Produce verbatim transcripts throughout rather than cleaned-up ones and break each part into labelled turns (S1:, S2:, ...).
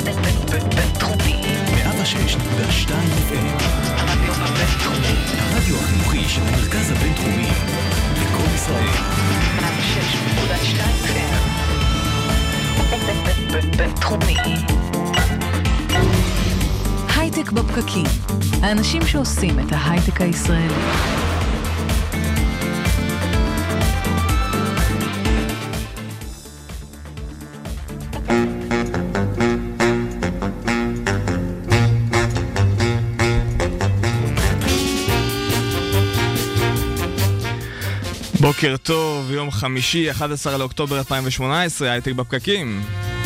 S1: בינתחומי מאה ושש נקודה שתיים אף אם. הרדיו הבינתחומי, הרדיו החינוכי של המרכז הבינתחומי לכל ישראל. מאה ושש נקודה שתיים אף אם. בינתחומי. הייטק בפקקים, האנשים שעושים את ההייטק הישראלי.
S2: בוקר טוב, יום חמישי, אחד עשר לאוקטובר אלפיים ושמונה עשרה, הייטק בפקקים.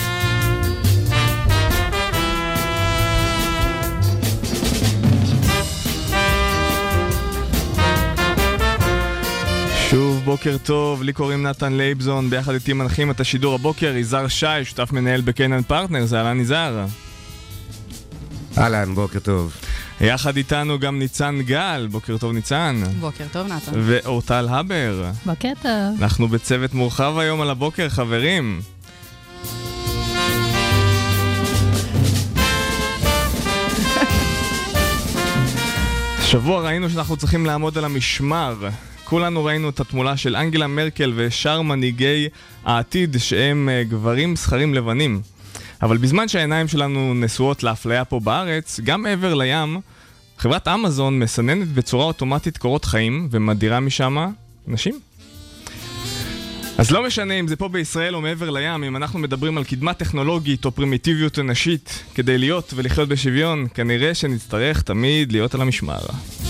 S2: שוב בוקר טוב, לי קוראים נתן לייבזון, ביחד איתי מנחים את השידור הבוקר, יזהר שי, שותף מנהל בקנן פרטנר, זה אהלן יזהר.
S3: אהלן, בוקר טוב.
S2: יחד איתנו גם ניצן גל, בוקר טוב ניצן.
S4: בוקר טוב נתן.
S2: ואורטל הבר.
S4: בוקר טוב.
S2: אנחנו בצוות מורחב היום על הבוקר, חברים. שבוע ראינו שאנחנו צריכים לעמוד על המשמר. כולנו ראינו את התמונה של אנגלה מרקל ושאר מנהיגי העתיד שהם גברים שכרים לבנים. אבל בזמן שהעיניים שלנו נשואות לאפליה פה בארץ, גם מעבר לים, חברת אמזון מסננת בצורה אוטומטית קורות חיים ומדירה משם נשים. אז לא משנה אם זה פה בישראל או מעבר לים, אם אנחנו מדברים על קדמה טכנולוגית או פרימיטיביות אנושית, כדי להיות ולחיות בשוויון, כנראה שנצטרך תמיד להיות על המשמר.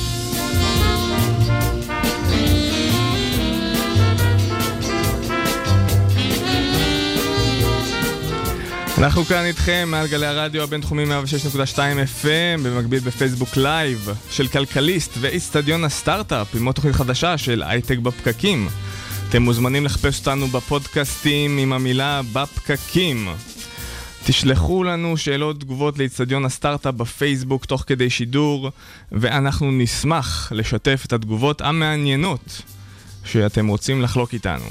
S2: אנחנו כאן איתכם מעל גלי הרדיו הבינתחומי מאה ושש נקודה שתיים אף אם, במקביל בפייסבוק לייב של כלכליסט ואיצטדיון הסטארט-אפ, עם עוד תוכנית חדשה של הייטק בפקקים. אתם מוזמנים לחפש אותנו בפודקאסטים עם המילה בפקקים. תשלחו לנו שאלות תגובות לאיצטדיון הסטארט-אפ בפייסבוק תוך כדי שידור, ואנחנו נשמח לשתף את התגובות המעניינות שאתם רוצים לחלוק איתנו.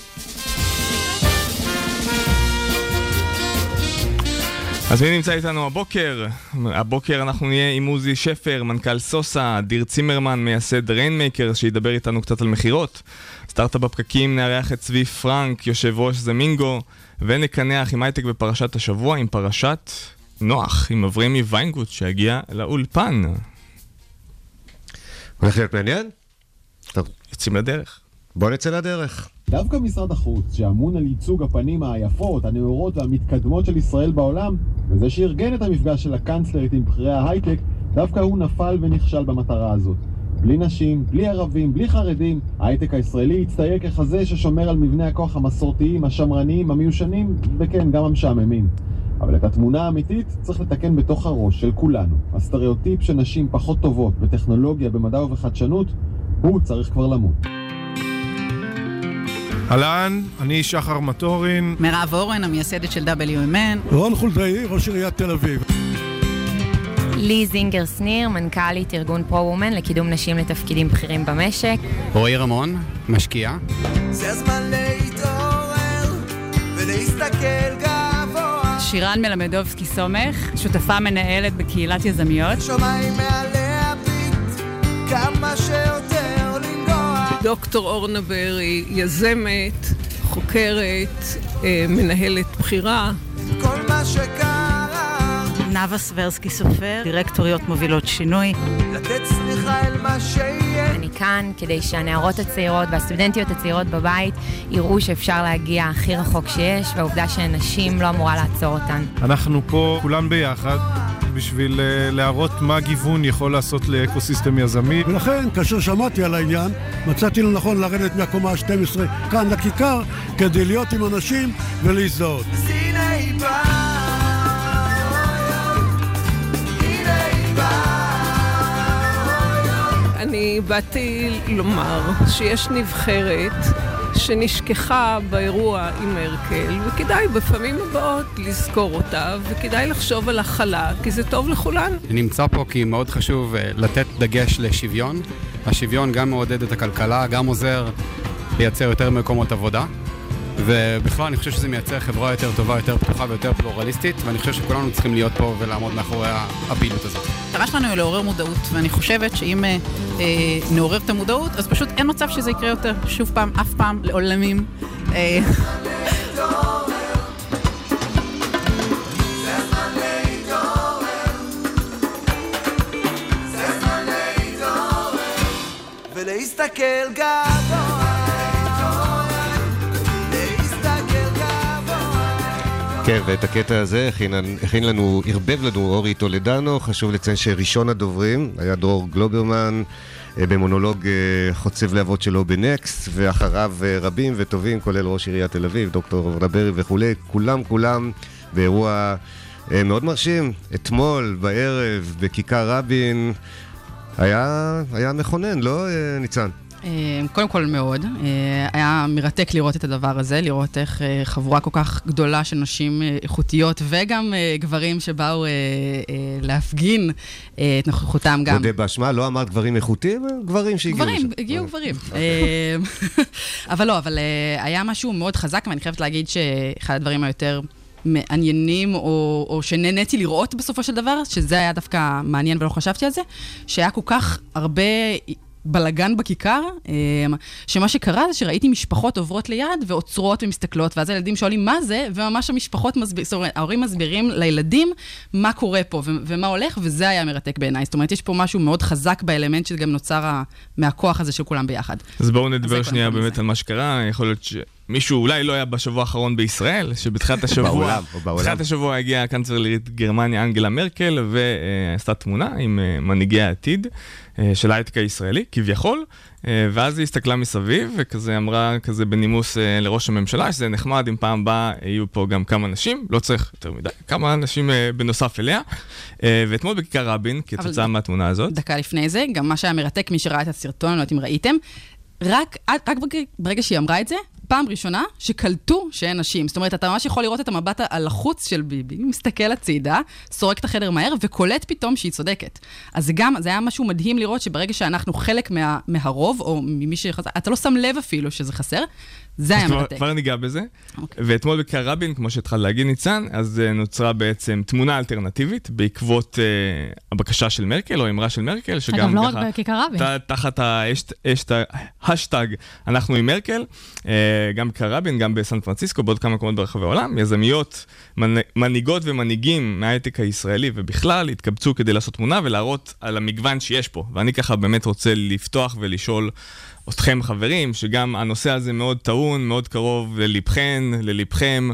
S2: אז מי נמצא איתנו הבוקר? הבוקר אנחנו נהיה עם עוזי שפר, מנכ"ל סוסה, דיר צימרמן, מייסד ריינמייקר, שידבר איתנו קצת על מחירות. סטארט-אפ בפקקים נארח את צבי פרנק, יושב ראש זמינגו, ונקנח עם הייטק בפרשת השבוע, עם פרשת נוח, עם אברמי ויינגוט שהגיע לאולפן.
S3: הולך להיות מעניין?
S2: טוב, יוצאים לדרך.
S3: בוא נצא לדרך.
S5: דווקא משרד החוץ, שאמון על ייצוג הפנים היפות, הנאורות והמתקדמות של ישראל בעולם, וזה שארגן את המפגש של הקנצלרית עם בכירי ההייטק, דווקא הוא נפל ונכשל במטרה הזאת. בלי נשים, בלי ערבים, בלי חרדים, ההייטק הישראלי יצטייר ככזה ששומר על מבנה הכוח המסורתיים, השמרניים, המיושנים, וכן, גם המשעממים. אבל את התמונה האמיתית צריך לתקן בתוך הראש של כולנו. הסטריאוטיפ שנשים פחות טובות בטכנולוגיה, במדע ובחדשנות, הוא צריך כבר למות.
S6: אהלן, אני שחר מטורין.
S4: מירב אורן, המייסדת של דאבליו אם אן.
S7: רון חולדאי, ראש עיריית תל אביב.
S8: לי זינגר סניר, מנכ"לית ארגון פרו-וומן לקידום נשים לתפקידים בכירים במשק.
S9: רועי רמון, משקיע.
S10: זה הזמן להתעורר ולהסתכל גבוה.
S4: שירן מלמדובסקי סומך, שותפה מנהלת בקהילת יזמיות.
S10: שומעים מעלי הביט, כמה שיותר לנגוע.
S11: דוקטור אורנה ברי, יזמת, חוקרת, מנהלת בחירה.
S10: כל מה שקרה.
S12: נאווה סברסקי סופר, דירקטוריות מובילות שינוי.
S10: לתת סליחה אל מה שיהיה.
S8: אני כאן כדי שהנערות הצעירות והסטודנטיות הצעירות בבית יראו שאפשר להגיע הכי רחוק שיש, והעובדה שנשים לא אמורה לעצור אותן.
S6: אנחנו פה כולן ביחד בשביל להראות מה גיוון יכול לעשות לאקוסיסטם יזמי.
S7: ולכן, כאשר שמעתי על העניין, מצאתי לנכון לרדת מהקומה ה-שתים עשרה כאן לכיכר, כדי להיות עם אנשים ולהזדהות.
S11: אני באתי לומר שיש נבחרת שנשכחה באירוע עם מרקל, וכדאי בפעמים הבאות לזכור אותה, וכדאי לחשוב על החלה, כי זה טוב לכולן.
S9: נמצא פה כי מאוד חשוב לתת דגש לשוויון. השוויון גם מעודד את הכלכלה, גם עוזר לייצר יותר מקומות עבודה. ובכלל אני חושב שזה מייצר חברה יותר טובה, יותר פתוחה ויותר פלורליסטית, ואני חושב שכולנו צריכים להיות פה ולעמוד מאחורי הפעילות הזאת.
S13: המטרה שלנו היא לעורר מודעות, ואני חושבת שאם אה, אה, נעורר את המודעות, אז פשוט אין מצב שזה יקרה יותר. שוב פעם, אף פעם, לעולמים. אה...
S10: ולהסתכל גבוה, להסתכל גבוה.
S3: כן, ואת הקטע הזה הכין, הכין לנו, הרבב לנו אורי טולדנו. חשוב לציין שראשון הדוברים היה דרור גלוברמן במונולוג חוצב להבות שלו בנקסט, ואחריו רבים וטובים, כולל ראש עיריית תל אביב, דוקטור אורנה ברי וכולי, כולם כולם באירוע מאוד מרשים. אתמול בערב בכיכר רבין היה, היה מכונן, לא ניצן?
S14: קודם כל מאוד. היה מרתק לראות את הדבר הזה, לראות איך חבורה כל כך גדולה של נשים איכותיות וגם גברים שבאו להפגין את נוכחותם גם.
S3: מודה באשמה, לא אמרת גברים איכותיים, גברים שהגיעו.
S14: גברים, הגיעו גברים. אבל לא, אבל היה משהו מאוד חזק, ואני חייבת להגיד שאחד הדברים היותר מעניינים, או, או שנהניתי לראות בסופו של דבר, שזה היה דווקא מעניין ולא חשבתי על זה, שהיה כל כך הרבה בלגן בכיכר, שמה שקרה זה שראיתי משפחות עוברות ליד ועוצרות ומסתכלות, ואז הילדים שואלים מה זה, וממש המשפחות מסבירים, זאת אומרת, ההורים מסבירים לילדים מה קורה פה ו- ומה הולך, וזה היה מרתק בעיניי. זאת אומרת, יש פה משהו מאוד חזק באלמנט שגם נוצר ה- מהכוח הזה של כולם ביחד.
S2: אז בואו נדבר שנייה באמת על מה שקרה. יכול להיות שמישהו אולי לא היה בשבוע האחרון בישראל, שבתחילת השבוע, בתחילת השבוע הגיעה הקנצלרית גרמניה אנגלה מרקל, ועשתה תמונה עם מנהיגי העתיד של ההייטק הישראלי, כביכול, ואז היא הסתכלה מסביב, וכזה אמרה כזה בנימוס לראש הממשלה, שזה נחמד אם פעם באה יהיו פה גם כמה אנשים, לא צריך יותר מדי, כמה אנשים בנוסף אליה, ואתמול בכיכר רבין, כתוצאה מהתמונה הזאת.
S14: דקה לפני זה, גם מה שהיה מרתק, מי שראה את הסרטון, לא יודעת אם ראיתם, רק, רק ברגע שהיא אמרה את זה, פעם ראשונה שקלטו שאין נשים. זאת אומרת, אתה ממש יכול לראות את המבט על החוץ של ביבי, מסתכל הצידה, סורק את החדר מהר, וקולט פתאום שהיא צודקת. אז זה גם, זה היה משהו מדהים לראות שברגע שאנחנו חלק מה, מהרוב, או ממי שחסר, אתה לא שם לב אפילו שזה חסר, זה היה מרתק.
S2: כבר ניגע בזה. ואתמול בכיכר רבין, כמו שהתחלת להגיד ניצן, אז נוצרה בעצם תמונה אלטרנטיבית, בעקבות הבקשה של מרקל, או אמרה של מרקל,
S15: אגב, לא רק בכיכר רבין.
S2: תחת ההשטג, אנחנו עם מרקל, גם בכיכר רבין, גם בסן פרנסיסקו, בעוד כמה מקומות ברחבי העולם, יזמיות, מנהיגות ומנהיגים מההייטק הישראלי ובכלל, התקבצו כדי לעשות תמונה ולהראות על המגוון שיש פה. ואני ככה באמת רוצה לפתוח ולשאול אתכם חברים, שגם הנושא הזה מאוד טעון, מאוד קרוב ללבכן, ללבכם.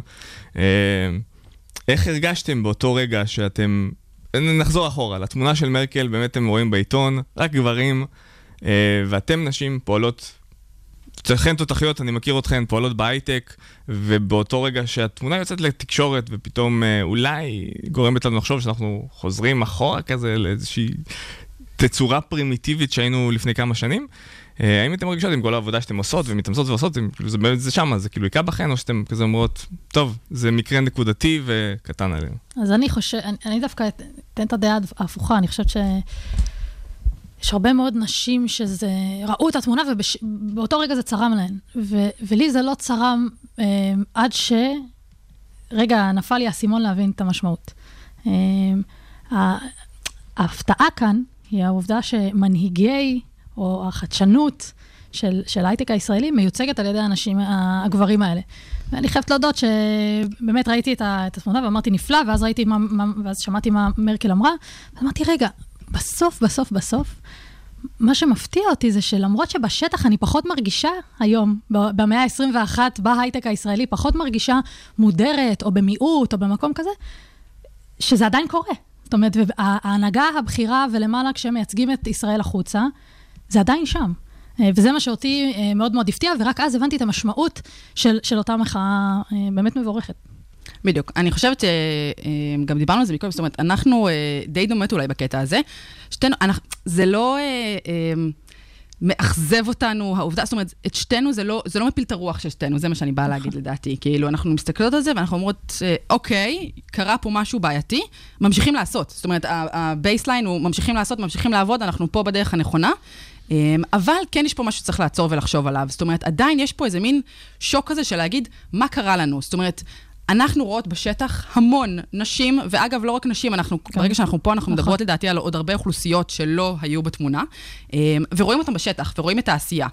S2: איך הרגשתם באותו רגע שאתם, נחזור אחורה, לתמונה של מרקל, באמת אתם רואים בעיתון, רק גברים, ואתם נשים פועלות, לכן תותחיות, אני מכיר אתכן, פועלות בהייטק, ובאותו רגע שהתמונה יוצאת לתקשורת, ופתאום אולי גורמת לנו לחשוב שאנחנו חוזרים אחורה כזה, לאיזושהי תצורה פרימיטיבית שהיינו לפני כמה שנים, האם אתם מרגישות עם כל העבודה שאתם עושות ומתאמצות ועושות, זה באמת זה שמה, זה כאילו יקע בכן, או שאתם כזה אומרות, טוב, זה מקרה נקודתי וקטן עלינו.
S15: אז אני חושב, אני, אני דווקא אתן את הדעה ההפוכה, אני חושבת שיש הרבה מאוד נשים שזה, ראו את התמונה ובאותו רגע זה צרם להן, ו, ולי זה לא צרם אה, עד שרגע נפל לי הסימון להבין את המשמעות. אה, ההפתעה כאן היא העובדה שמנהיגי או החדשנות של, של ההייטק הישראלי מיוצגת על ידי האנשים, הגברים האלה. ואני חייבת להודות שבאמת ראיתי את התמונה ואמרתי נפלא, ואז ראיתי מה, מה, ואז שמעתי מה מרקל אמרה, ואמרתי רגע, בסוף, בסוף, בסוף, מה שמפתיע אותי זה שלמרות שבשטח אני פחות מרגישה היום, במאה ה-עשרים ואחת, בהייטק הישראלי, פחות מרגישה מודרת או במיעוט או במקום כזה, שזה עדיין קורה. זאת אומרת, ההנהגה הבחירה ולמעלה כשהם מייצגים את ישראל החוצה, זה עדיין שם. וזה מה שאותי מאוד מאוד הפתיע, ורק אז הבנתי את המשמעות של, של אותה מחאה באמת מבורכת.
S14: בדיוק. אני חושבת שגם דיברנו על זה בכל, זאת אומרת, אנחנו די דומת אולי בקטע הזה. שתינו, אנחנו, זה לא מאכזב אותנו, העובדה, זאת אומרת, את שתינו זה לא, זה לא מפיל את הרוח של שתינו, זה מה שאני באה להגיד לדעתי. כאילו, אנחנו מסתכלות על זה ואנחנו אומרות, אוקיי, קרה פה משהו בעייתי, ממשיכים לעשות. זאת אומרת, הבייסליין הוא ממשיכים לעשות, ממשיכים לעבוד, אנחנו פה בדרך הנכונה. אבל כן יש פה משהו שצריך לעצור ולחשוב עליו. זאת אומרת, עדיין יש פה איזה מין שוק כזה של להגיד מה קרה לנו. זאת אומרת, אנחנו רואות בשטח המון נשים, ואגב, לא רק נשים, אנחנו, ברגע שאנחנו פה, אנחנו מדברות לדעתי על עוד הרבה אוכלוסיות שלא היו בתמונה, ורואים אותם בשטח, ורואים את העשייה.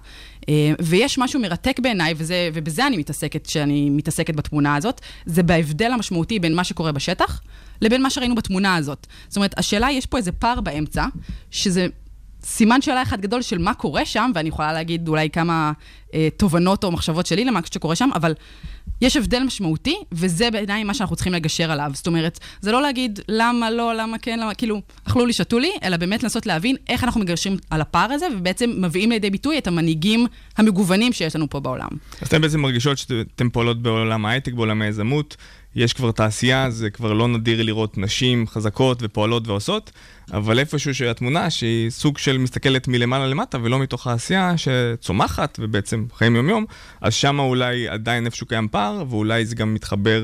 S14: ויש משהו מרתק בעיניי, וזה, ובזה אני מתעסקת, שאני מתעסקת בתמונה הזאת, זה בהבדל המשמעותי בין מה שקורה בשטח, לבין מה שראינו בתמונה הזאת. זאת אומרת, השאלה, יש פה איזה פער באמצע, שזה סימן שאלה אחד גדול של מה קורה שם, ואני יכולה להגיד אולי כמה אה, תובנות או מחשבות שלי למה שקורה שם, אבל יש הבדל משמעותי, וזה בעיניי מה שאנחנו צריכים לגשר עליו. זאת אומרת, זה לא להגיד למה לא, למה כן, למה, כאילו, אכלו לי, שתו לי, אלא באמת לנסות להבין איך אנחנו מגרשים על הפער הזה, ובעצם מביאים לידי ביטוי את המנהיגים המגוונים שיש לנו פה בעולם.
S2: אז אתם בעצם מרגישות שאתם פועלות בעולם ההייטק, בעולם היזמות, יש כבר תעשייה, זה כבר לא נדיר לראות נשים חזקות ופועלות ועושות, אבל איפשהו שהתמונה שהיא סוג של מסתכלת מלמעלה למטה ולא מתוך העשייה שצומחת ובעצם חיים יום יום, אז שם אולי עדיין איפשהו קיים פער, ואולי זה גם מתחבר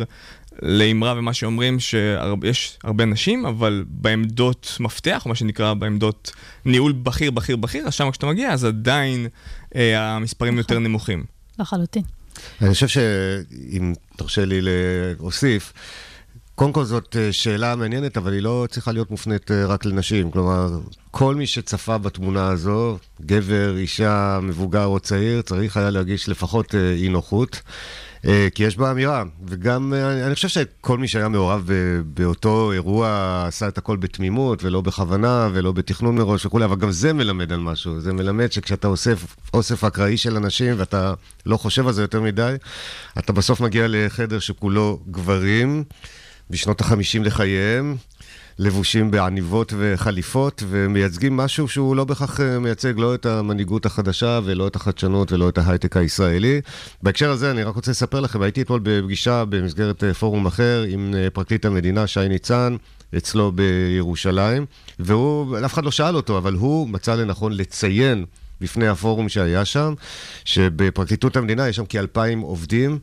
S2: לאמרה ומה שאומרים שיש הרבה נשים, אבל בעמדות מפתח, או מה שנקרא בעמדות ניהול בכיר, בכיר, בכיר, אז שם כשאתה מגיע, אז עדיין אה, המספרים יותר נמוכים.
S15: לחלוטין.
S3: אני חושב שאם תרשה לי להוסיף, קודם כל זאת שאלה מעניינת, אבל היא לא צריכה להיות מופנית רק לנשים. כלומר, כל מי שצפה בתמונה הזו, גבר, אישה, מבוגר או צעיר, צריך היה להרגיש לפחות אי נוחות, כי יש בה אמירה. וגם, אני חושב שכל מי שהיה מעורב באותו אירוע עשה את הכל בתמימות, ולא בכוונה, ולא בתכנון מראש וכו', אבל גם זה מלמד על משהו. זה מלמד שכשאתה אוסף, אוסף אקראי של אנשים, ואתה לא חושב על זה יותר מדי, אתה בסוף מגיע לחדר שכולו גברים, בשנות החמישים לחייהם, לבושים בעניבות וחליפות, ומייצגים משהו שהוא לא בכך מייצג לא את המנהיגות החדשה, ולא את החדשנות, ולא את ההייטק הישראלי. בהקשר הזה אני רק רוצה לספר לכם, הייתי אתמול בפגישה במסגרת פורום אחר, עם פרקליט המדינה, שי ניצן, אצלו בירושלים, והוא, אף אחד לא שאל אותו, אבל הוא מצא לנכון לציין בפני הפורום שהיה שם, שבפרקליטות המדינה יש שם כאלפיים עובדים,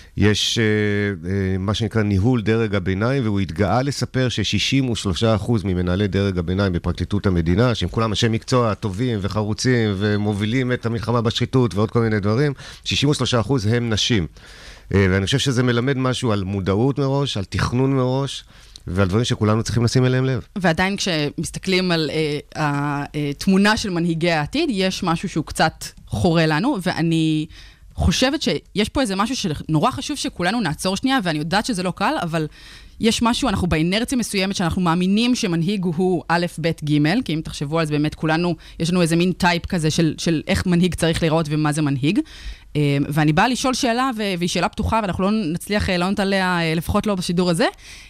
S3: יש uh, uh, מה שנקרא ניהול דרג הביניים, והוא התגאה לספר ש-שישים ושלושה אחוז ממנהלי דרג הביניים בפרקליטות המדינה, שהם כולם אנשי מקצוע טובים וחרוצים ומובילים את המלחמה בשחיתות ועוד כל מיני דברים, שישים ושלושה אחוז הם נשים. Uh, ואני חושב שזה מלמד משהו על מודעות מראש, על תכנון מראש, ועל דברים שכולנו צריכים לשים אליהם לב.
S14: ועדיין כשמסתכלים על uh, התמונה של מנהיגי העתיד, יש משהו שהוא קצת חורה לנו, ואני חושבת שיש פה איזה משהו שנורא חשוב שכולנו נעצור שנייה, ואני יודעת שזה לא קל, אבל יש משהו, אנחנו באינרציה מסוימת שאנחנו מאמינים שמנהיג הוא א', ב', ג', כי אם תחשבו על זה באמת כולנו, יש לנו איזה מין טייפ כזה של, של איך מנהיג צריך לראות ומה זה מנהיג. ואני באה לשאול שאלה, והיא שאלה פתוחה, ואנחנו לא נצליח לענות עליה, לפחות לא בשידור הזה,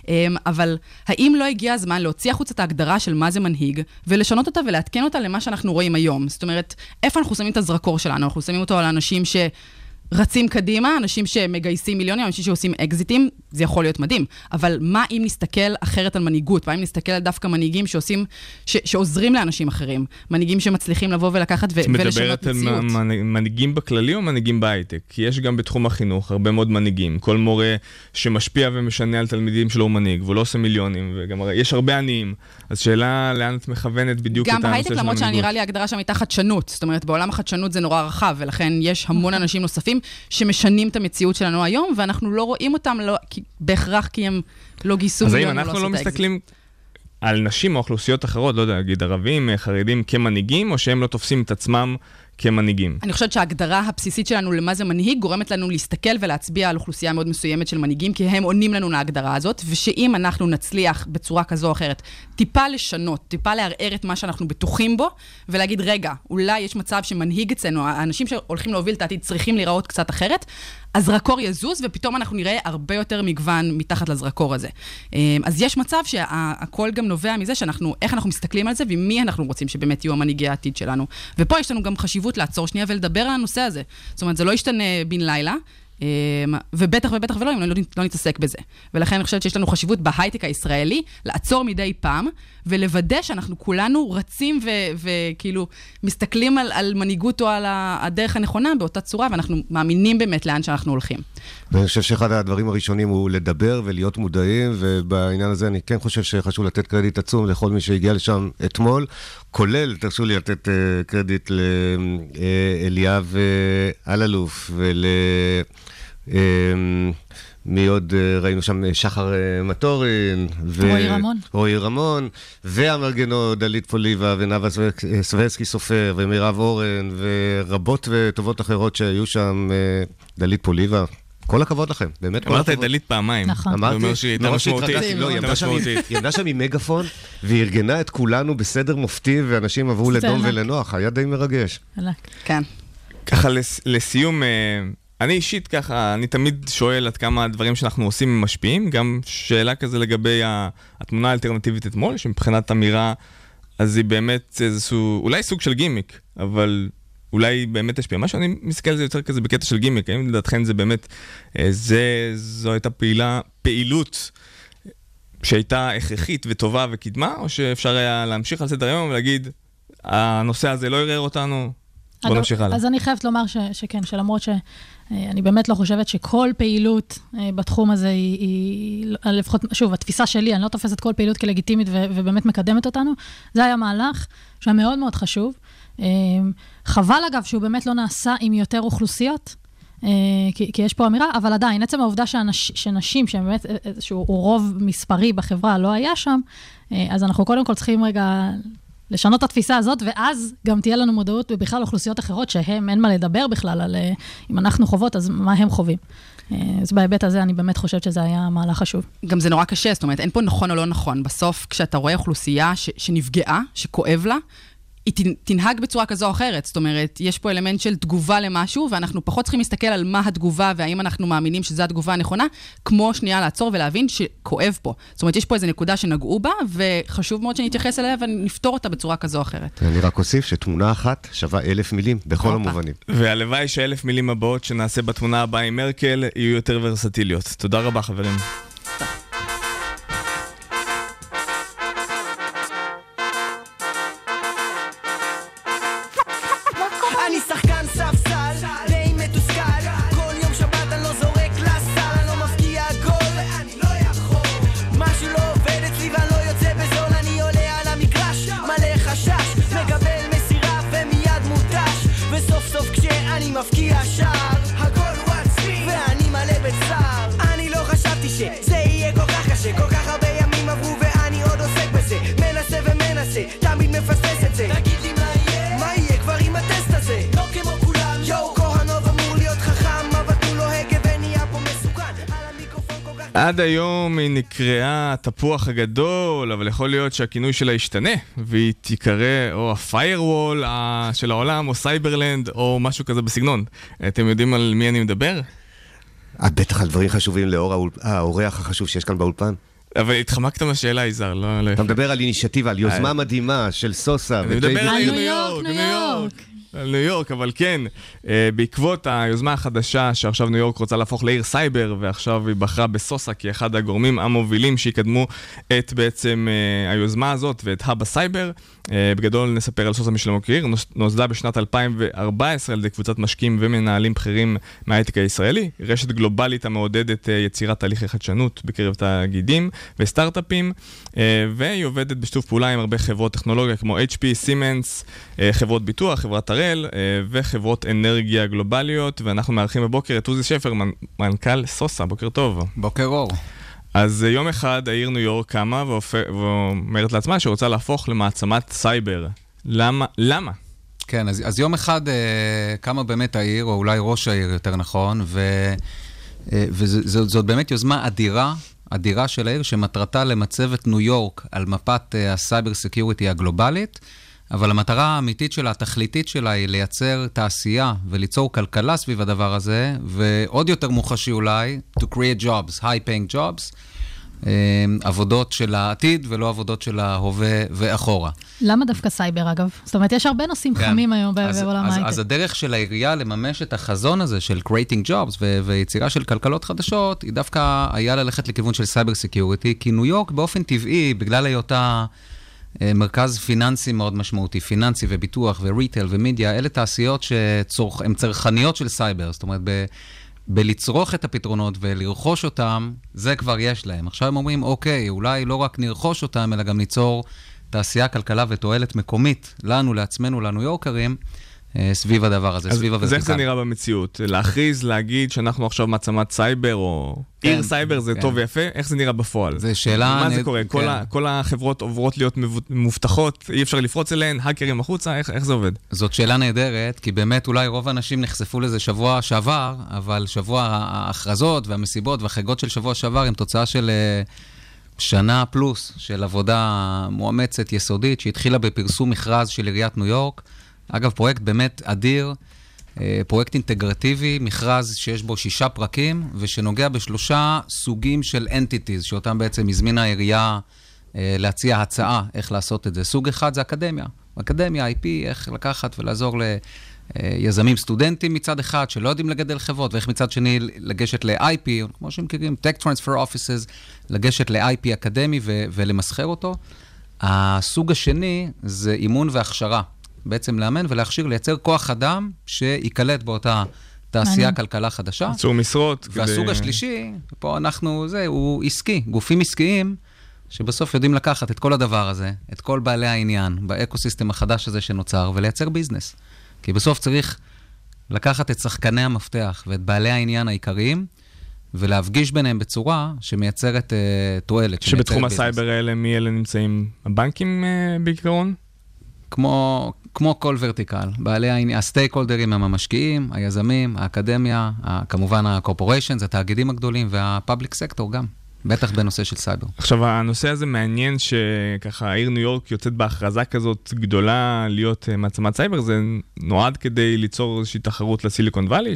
S14: אבל האם לא הגיע הזמן להוציא החוץ את ההגדרה של מה זה מנהיג, ולשנות אותה ולהתקן אותה למה שאנחנו רואים היום? זאת אומרת, איפה אנחנו שמים את הזרקור שלנו? אנחנו שמים אותו על האנשים ש... רצים קדימה, אנשים שמגייסים מיליונים, אנשים שעושים אקזיטים, זה יכול להיות מדהים. אבל מה אם נסתכל אחרת על מנהיגות? מה אם נסתכל על דווקא מנהיגים שעושים, ש, שעוזרים לאנשים אחרים? מנהיגים שמצליחים לבוא ולקחת ו- ולשנות מציאות. את מדברת על
S2: מנהיגים בכללי או מנהיגים בהייטק? כי יש גם בתחום החינוך הרבה מאוד מנהיגים. כל מורה שמשפיע ומשנה על תלמידים שלו הוא מנהיג, והוא לא עושה מיליונים, וגם יש הרבה עניים. אז שאלה לאן את מכוונת בדיוק את הנושא של מנהיגות. גם בהייטק, למרות שנראה לי ההגדרה שם הייתה חדשנות. זאת אומרת, בעולם החדשנות זה נורא רחב, ולכן יש המון אנשים נוספים שמשנים את המציאות שלנו היום, ואנחנו לא רואים אותם לא, כי, בהכרח כי הם לא גייסו מיליון. אז האם אנחנו לא מסתכלים על נשים או אוכלוסיות אחרות, לא יודע, נגיד ערבים, חרדים, כמנהיגים, או שהם לא תופסים את עצמם כמנהיגים?
S14: אני חושבת שההגדרה הבסיסית שלנו למה זה מנהיג גורמת לנו להסתכל ולהצביע על אוכלוסייה מאוד מסוימת של מנהיגים, כי הם עונים לנו להגדרה הזאת, ושאם אנחנו נצליח בצורה כזו או אחרת, טיפה לשנות, טיפה לערער את מה שאנחנו בטוחים בו, ולהגיד, רגע, אולי יש מצב שמנהיג אצלנו, האנשים שהולכים להוביל את העתיד צריכים להיראות קצת אחרת, הזרקור יזוז, ופתאום אנחנו נראה הרבה יותר מגוון מתחת לזרקור הזה. אז יש מצב שהכל גם נובע מזה שאנחנו, איך אנחנו מסתכלים על זה, ומי אנחנו רוצים שבאמת יהיו המנהיגי העתיד שלנו. ופה יש לנו גם חשיבות לעצור שנייה ולדבר על הנושא הזה. זאת אומרת, זה לא ישתנה בן לילה, ובטח ובטח ולא, אם לא, לא נתעסק בזה. ולכן אני חושבת שיש לנו חשיבות בהייטק הישראלי, לעצור מדי פעם, ולוודא שאנחנו כולנו רצים ו- וכאילו מסתכלים על, על מנהיגות או על הדרך הנכונה באותה צורה, ואנחנו מאמינים באמת לאן שאנחנו הולכים.
S3: ואני חושב שאחד הדברים הראשונים הוא לדבר ולהיות מודעים, ובעניין הזה אני כן חושב שחשוב לתת קרדיט עצום לכל מי שהגיע לשם אתמול, כולל, תרשו לי לתת קרדיט לאליאב אללוף ול... מי עוד ראינו שם? שחר מטורין,
S15: רועי רמון.
S3: רועי רמון, והמרגנות דלית פוליבה ונאווה סברסקי סופר ומירב אורן ורבות וטובות אחרות שהיו שם, דלית פוליבה. כל הכבוד לכם, באמת כל הכבוד.
S2: אמרת את דלית פעמיים.
S15: נכון.
S3: אמרתי,
S2: מראש שהתרגשתי,
S3: לא, היא עמדה שם עם מגפון, והיא ארגנה את כולנו בסדר מופתי, ואנשים עברו לדום ולנוח, היה די מרגש.
S14: כן.
S2: ככה לסיום, אני אישית ככה, אני תמיד שואל עד כמה הדברים שאנחנו עושים משפיעים, גם שאלה כזה לגבי התמונה האלטרנטיבית אתמול, שמבחינת אמירה, אז היא באמת איזשהו, אולי סוג של גימיק, אבל אולי באמת השפיע. מה שאני מסתכל על זה יותר כזה בקטע של גימיק, האם לדעתכן זה באמת, זה, זו הייתה פעילה, פעילות שהייתה הכרחית וטובה וקידמה, או שאפשר היה להמשיך על סדר היום ולהגיד, הנושא הזה לא יראה אותנו, בוא נמשיך הלאה.
S15: אז אני חייבת לומר ש, שכן, שלמרות שאני באמת לא חושבת שכל פעילות בתחום הזה היא, היא לפחות, שוב, התפיסה שלי, אני לא תופסת כל פעילות כלגיטימית ו, ובאמת מקדמת אותנו, זה היה מהלך שהיה מאוד מאוד חשוב. חבל אגב שהוא באמת לא נעשה עם יותר אוכלוסיות, כי, כי יש פה אמירה, אבל עדיין, עצם העובדה שאנש, שנשים, שהם באמת איזשהו רוב מספרי בחברה, לא היה שם, אז אנחנו קודם כל צריכים רגע לשנות את התפיסה הזאת, ואז גם תהיה לנו מודעות ובכלל אוכלוסיות אחרות, שהם אין מה לדבר בכלל על אם אנחנו חוות, אז מה הם חווים. אז בהיבט הזה אני באמת חושבת שזה היה מהלך חשוב.
S14: גם זה נורא קשה, זאת אומרת, אין פה נכון או לא נכון. בסוף, כשאתה רואה אוכלוסייה ש, שנפגעה, שכואב לה, היא תנהג בצורה כזו או אחרת. זאת אומרת, יש פה אלמנט של תגובה למשהו, ואנחנו פחות צריכים להסתכל על מה התגובה, והאם אנחנו מאמינים שזו התגובה הנכונה, כמו שנייה לעצור ולהבין שכואב פה. זאת אומרת, יש פה איזו נקודה שנגעו בה, וחשוב מאוד שנתייחס אליה ונפתור אותה בצורה כזו או אחרת.
S3: אני רק אוסיף שתמונה אחת שווה אלף מילים, בכל המובנים.
S2: והלוואי שאלף מילים הבאות שנעשה בתמונה הבאה עם מרקל, יהיו יותר ורסטיליות. תודה רבה, חברים.
S10: מפקיע שער, הכל הוא עצמי ואני מלא בצער. אני לא חשבתי שזה יהיה כל כך קשה, כל כך הרבה ימים עברו ואני עוד עוסק בזה, מנסה ומנסה, תמיד מפספס את זה. תגיד לי מה יהיה? מה יהיה כבר עם הטסט הזה? לא כמו כולם, יואו כהנוב אמור להיות חכם, אבל תנו לו הגה ונהיה פה מסוכן. על המיקרופון כל כך...
S2: עד היום היא נקראה התפוח הגדול, אבל יכול להיות שהכינוי שלה ישתנה, והיא תיקרא או הפיירוול של העולם, או סייברלנד, או משהו כזה בסגנון. אתם יודעים על מי אני מדבר?
S3: בטח על דברים חשובים לאור האורח החשוב שיש כאן באולפן.
S2: אבל התחמקת מהשאלה, יזהר, לא...
S3: אתה מדבר על אינישיאטיבה, על יוזמה מדהימה של סוסה.
S2: אני מדבר על ניו יורק, ניו יורק. על ניו יורק, אבל כן, בעקבות היוזמה החדשה שעכשיו ניו יורק רוצה להפוך לעיר סייבר, ועכשיו היא בחרה בסוסה כאחד הגורמים המובילים שיקדמו את בעצם היוזמה הזאת ואת האב הסייבר. בגדול נספר על סוסה משלמה קריר, נוסדה בשנת אלפיים וארבע עשרה על ידי קבוצת משקיעים ומנהלים בכירים מההייטק הישראלי, רשת גלובלית המעודדת יצירת תהליכי חדשנות בקרב תאגידים וסטארט-אפים, והיא עובדת בשיתוף פעולה עם הרבה חברות טכנולוגיה כמו אייץ' פי, סימנס, חברות ביטוח, חברת הראל וחברות אנרגיה גלובליות, ואנחנו מארחים בבוקר את עוזי שפר, מנכ"ל סוסה. בוקר טוב.
S16: בוקר אור.
S2: אז יום אחד העיר ניו יורק קמה ואומרת לעצמה שרוצה להפוך למעצמת סייבר. למה? למה?
S16: כן, אז, אז יום אחד אה, קמה באמת העיר, או אולי ראש העיר יותר נכון, ו, אה, וזאת באמת יוזמה אדירה, אדירה של העיר, שמטרתה למצב את ניו יורק על מפת אה, הסייבר סקיוריטי הגלובלית, אבל המטרה האמיתית שלה, התכליתית שלה, היא לייצר תעשייה וליצור כלכלה סביב הדבר הזה, ועוד יותר מוחשי אולי, to create jobs, high paying jobs, עבודות של העתיד ולא עבודות של ההווה ואחורה.
S15: למה דווקא סייבר אגב? זאת אומרת, יש הרבה נושאים כן. חמים היום
S16: אז,
S15: בעולם
S16: אז,
S15: ההייטק.
S16: אז הדרך של העירייה לממש את החזון הזה של creating jobs ו- ויצירה של כלכלות חדשות, היא דווקא היה ללכת לכיוון של סייבר סקיוריטי, כי ניו יורק באופן טבעי, בגלל היותה מרכז פיננסי מאוד משמעותי, פיננסי וביטוח וריטל ומדיה, אלה תעשיות שהן צרכניות של סייבר, זאת אומרת, ב- בלצרוך את הפתרונות ולרכוש אותם, זה כבר יש להם. עכשיו הם אומרים, אוקיי, אולי לא רק נרכוש אותם, אלא גם ניצור תעשייה, כלכלה ותועלת מקומית, לנו, לעצמנו, לניו יורקרים, סביב הדבר הזה, סביב הוורטיקל.
S2: אז איך זה נראה במציאות? להכריז, להגיד שאנחנו עכשיו מעצמת סייבר, או עיר סייבר, זה טוב ויפה, איך זה נראה בפועל?
S16: זה שאלה...
S2: מה זה קורה? כל החברות עוברות להיות מובטחות, אי אפשר לפרוץ אליהן, האקרים החוצה, איך זה עובד?
S16: זאת שאלה נהדרת, כי באמת אולי רוב האנשים נחשפו לזה שבוע שעבר, אבל שבוע ההכרזות והמסיבות והחגות של שבוע שעבר הם תוצאה של שנה פלוס של עבודה מואמצת, יסודית, שהתחילה בפרסום מכרז של עיריית ניו יורק. אגב, פרויקט באמת אדיר, פרויקט אינטגרטיבי, מכרז שיש בו שישה פרקים, ושנוגע בשלושה סוגים של entities, שאותם בעצם הזמינה העירייה להציע הצעה איך לעשות את זה. סוג אחד זה אקדמיה. אקדמיה, איי פי, איך לקחת ולעזור ליזמים סטודנטים מצד אחד, שלא יודעים לגדל חברות, ואיך מצד שני לגשת ל-איי פי, כמו שמכירים, Tech Transfer Offices, לגשת ל-איי פי אקדמי ו- ולמסחר אותו. הסוג השני זה אימון והכשרה. בעצם לאמן ולהכשיר, לייצר כוח אדם שיקלט באותה תעשייה, כלכלה חדשה.
S2: ייצור משרות.
S16: והסוג השלישי, פה אנחנו, זה, הוא עסקי, גופים עסקיים, שבסוף יודעים לקחת את כל הדבר הזה, את כל בעלי העניין, באקוסיסטם החדש הזה שנוצר, ולייצר ביזנס. כי בסוף צריך לקחת את שחקני המפתח, ואת בעלי העניין העיקריים, ולהפגיש ביניהם בצורה שמייצרת uh, תועלת.
S2: שבתחום הסייבר האלה, מי אלה נמצאים? הבנקים uh, בעיקרון?
S16: כמו, כמו כל ורטיקל, בעלי העניין, הסטייקולדרים הם המשקיעים, היזמים, האקדמיה, כמובן הקורפוריישנס, התאגידים הגדולים והפאבליק סקטור גם, בטח בנושא של סייבר.
S2: עכשיו, הנושא הזה מעניין שככה העיר ניו יורק יוצאת בהכרזה כזאת גדולה להיות מעצמת סייבר, זה נועד כדי ליצור איזושהי תחרות לסיליקון ואלי,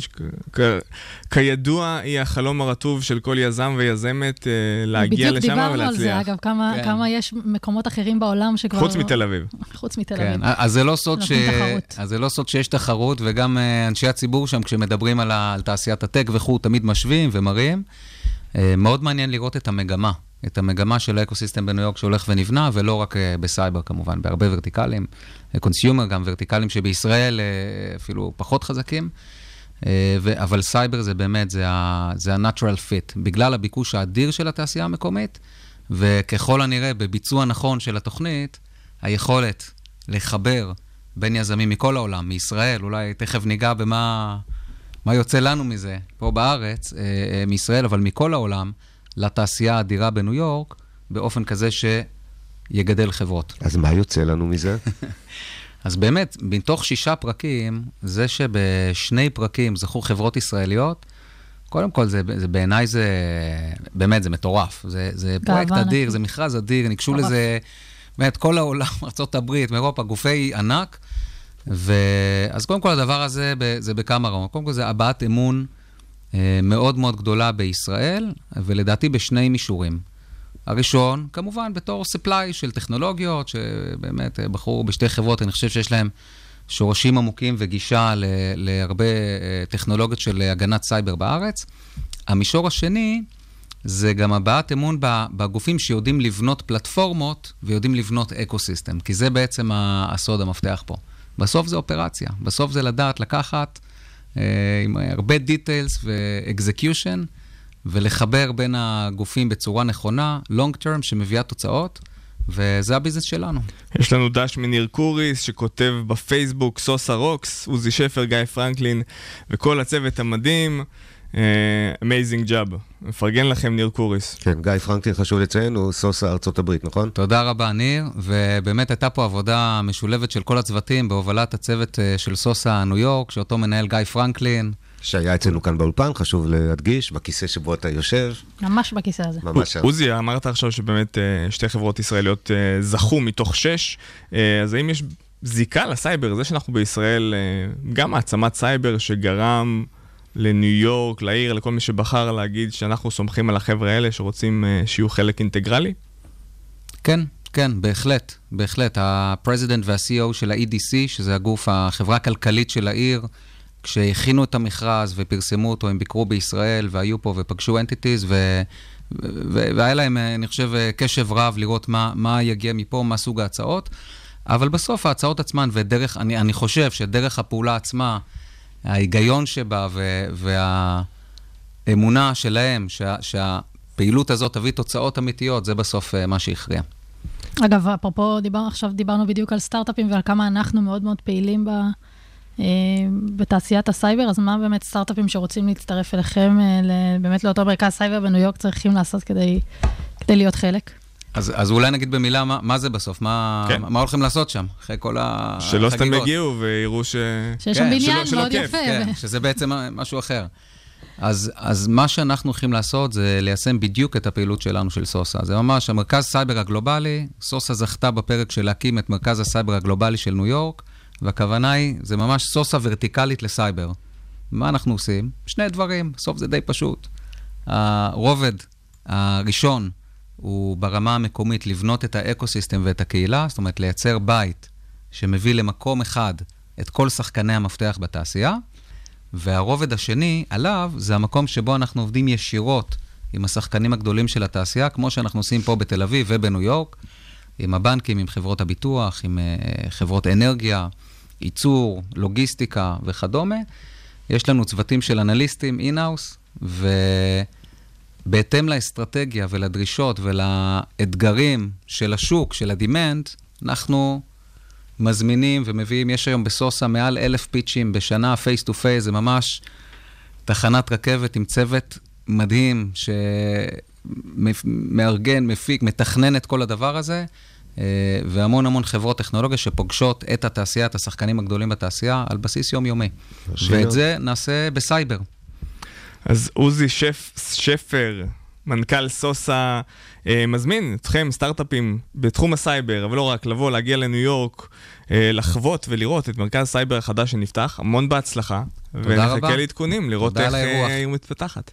S2: כידוע היא החלום הרטוב של כל יזם ויזמת להגיע לשם ולהצליח. בדיוק דיברנו על זה,
S15: אגב, כמה, כן. כמה יש מקומות אחרים בעולם שכבר...
S2: חוץ מתל אביב.
S15: חוץ מתל
S16: כן.
S15: אביב.
S16: אז זה לא סוד ש... אז זה לא סוד שיש תחרות, וגם אנשי הציבור שם, כשמדברים על, ה... על תעשיית הטק וכו', תמיד משווים ומראים. מאוד מעניין לראות את המגמה, את המגמה של האקוסיסטם בניו יורק שהולך ונבנה, ולא רק בסייבר כמובן, בהרבה ורטיקלים, קונסיומר, גם ורטיקלים שבישראל אפילו פחות חזקים, אבל סייבר זה באמת, זה ה-natural fit, בגלל הביקוש האדיר של התעשייה המקומית, וככל הנראה בביצוע נכון של התוכנית, היכולת לחבר בין יזמים מכל העולם, מישראל, אולי תכף ניגע במה... מה יוצא לנו מזה, פה בארץ, אה, אה, מישראל, אבל מכל העולם, לתעשייה האדירה בניו יורק, באופן כזה שיגדל חברות.
S3: אז מה יוצא לנו מזה?
S16: אז באמת, מתוך שישה פרקים, זה שבשני פרקים זכו חברות ישראליות, קודם כל, זה, זה בעיניי זה, באמת, זה מטורף. זה, זה פרויקט אדיר, זה מכרז אדיר, ניגשו לזה, באמת, כל העולם, ארצות הברית, מאירופה, גופי ענק, ואז קודם כל הדבר הזה זה בכמה רמות. קודם כל זה הבעת אמון מאוד מאוד גדולה בישראל, ולדעתי בשני מישורים. הראשון, כמובן, בתור supply של טכנולוגיות, שבאמת בחרו בשתי חברות, אני חושב שיש להם שורשים עמוקים וגישה ל- להרבה טכנולוגיות של הגנת סייבר בארץ. המישור השני, זה גם הבעת אמון בגופים שיודעים לבנות פלטפורמות, ויודעים לבנות אקוסיסטם, כי זה בעצם הסוד המפתח פה. בסוף זה אופרציה, בסוף זה לדעת לקחת אה, עם הרבה דיטיילס ואקזקיושן, ולחבר בין הגופים בצורה נכונה, long term, שמביאה תוצאות, וזה הביזנס שלנו.
S2: יש לנו דש מניר קוריס, שכותב בפייסבוק, סוסה רוקס, עוזי שפר, גיא פרנקלין, וכל הצוות המדהים, amazing job. מפרגן לכם ניר קוריס.
S3: כן, גיא פרנקלין חשוב לציין, הוא סוסה ארצות הברית, נכון?
S16: תודה רבה ניר, ובאמת הייתה פה עבודה משולבת של כל הצוותים, בהובלת הצוות של סוסה ניו יורק, שאותו מנהל גיא פרנקלין.
S3: שהיה אצלנו כאן באולפן, חשוב להדגיש, בכיסא שבו אתה יושב.
S15: ממש בכיסא הזה.
S3: ממש.
S2: עוזי, אמרת עכשיו שבאמת שתי חברות ישראליות זכו מתוך שש, אז האם יש זיקה לסייבר? זה שאנחנו בישראל, גם מעצמת סייבר שגרם לניו יורק, לעיר, לכל מי שבחר להגיד שאנחנו סומכים על החבר'ה האלה שרוצים שיהיו חלק אינטגרלי?
S16: כן, כן, בהחלט, בהחלט. הפרזידנט וה-סי אי או של ה-אי די סי, שזה הגוף, החברה הכלכלית של העיר, כשהכינו את המכרז ופרסמו אותו, הם ביקרו בישראל והיו פה ופגשו אנטיטיז, ו... ו... והיה להם, אני חושב, קשב רב לראות מה, מה יגיע מפה, מה סוג ההצעות. אבל בסוף ההצעות עצמן ודרך, אני, אני חושב שדרך הפעולה עצמה, ההיגיון שבה האמונה שלהם שה, שהפעילות הזאת תביא תוצאות אמיתיות, זה בסוף מה שהכריע.
S15: אגב, אפרופו, דיבר, עכשיו דיברנו בדיוק על סטארט-אפים ועל כמה אנחנו מאוד מאוד פעילים ב, אה, בתעשיית הסייבר, אז מה באמת סטארט-אפים שרוצים להצטרף אליכם, אה, באמת לאותו מרכז סייבר בניו יורק צריכים לעשות כדי, כדי להיות חלק?
S16: אז, אז אולי נגיד במילה, מה, מה זה בסוף? מה, כן. מה הולכים לעשות שם? אחרי כל החגיגות?
S2: שלא סתם יגיעו ויראו ש...
S15: שיש שם בניין מאוד יפה.
S16: כן, שזה בעצם משהו אחר. אז, אז מה שאנחנו הולכים לעשות זה ליישם בדיוק את הפעילות שלנו של סוסה. זה ממש המרכז סייבר הגלובלי, סוסה זכתה בפרק של להקים את מרכז הסייבר הגלובלי של ניו יורק, והכוונה היא, זה ממש סוסה ורטיקלית לסייבר. מה אנחנו עושים? שני דברים, בסוף זה די פשוט. הרובד הראשון הוא ברמה המקומית לבנות את האקוסיסטם ואת הקהילה, זאת אומרת לייצר בית שמביא למקום אחד את כל שחקני המפתח בתעשייה, והרובד השני עליו זה המקום שבו אנחנו עובדים ישירות עם השחקנים הגדולים של התעשייה, כמו שאנחנו עושים פה בתל אביב ובניו יורק, עם הבנקים, עם חברות הביטוח, עם uh, חברות אנרגיה, ייצור, לוגיסטיקה וכדומה. יש לנו צוותים של אנליסטים אין-האוס, ובהתאם לאסטרטגיה ולדרישות ולאתגרים של השוק, של הדימנד, אנחנו מזמינים ומביאים, יש היום בסוסה מעל אלף פיצ'ים בשנה, פייס טו פייס, זה ממש תחנת רכבת עם צוות מדהים שמארגן, מפיק, מתכנן את כל הדבר הזה, והמון המון חברות טכנולוגיה שפוגשות את התעשייה, את השחקנים הגדולים בתעשייה, על בסיס יומיומי. ואת זה נעשה בסייבר.
S2: אז עוזי שף, שפר, מנכ"ל סוסה, אה, מזמין אתכם סטארט-אפים בתחום הסייבר, אבל לא רק לבוא, להגיע לניו יורק, אה, לחוות ולראות את מרכז הסייבר החדש שנפתח. המון בהצלחה.
S16: תודה רבה.
S2: ונחכה לעדכונים, לראות איך היא מתפתחת.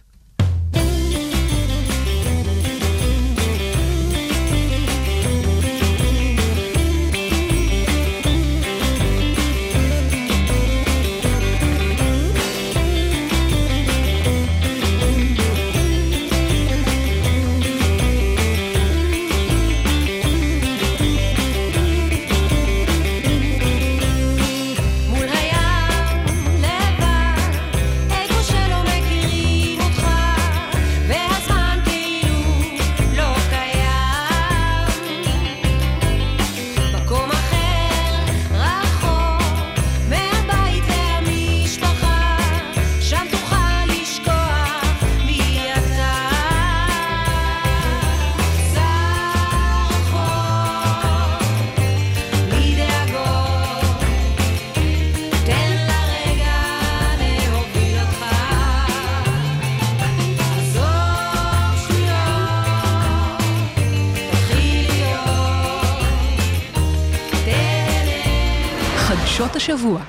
S1: השבוע.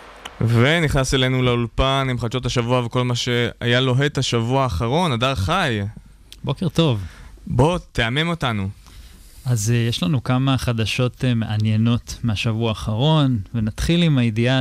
S2: ונכנס אלינו לאולפן עם חדשות השבוע וכל מה שהיה לוהט השבוע האחרון. אדר חי.
S17: בוקר טוב.
S2: בוא, תאמם אותנו.
S17: אז uh, יש לנו כמה חדשות uh, מעניינות מהשבוע האחרון, ונתחיל עם הידיעה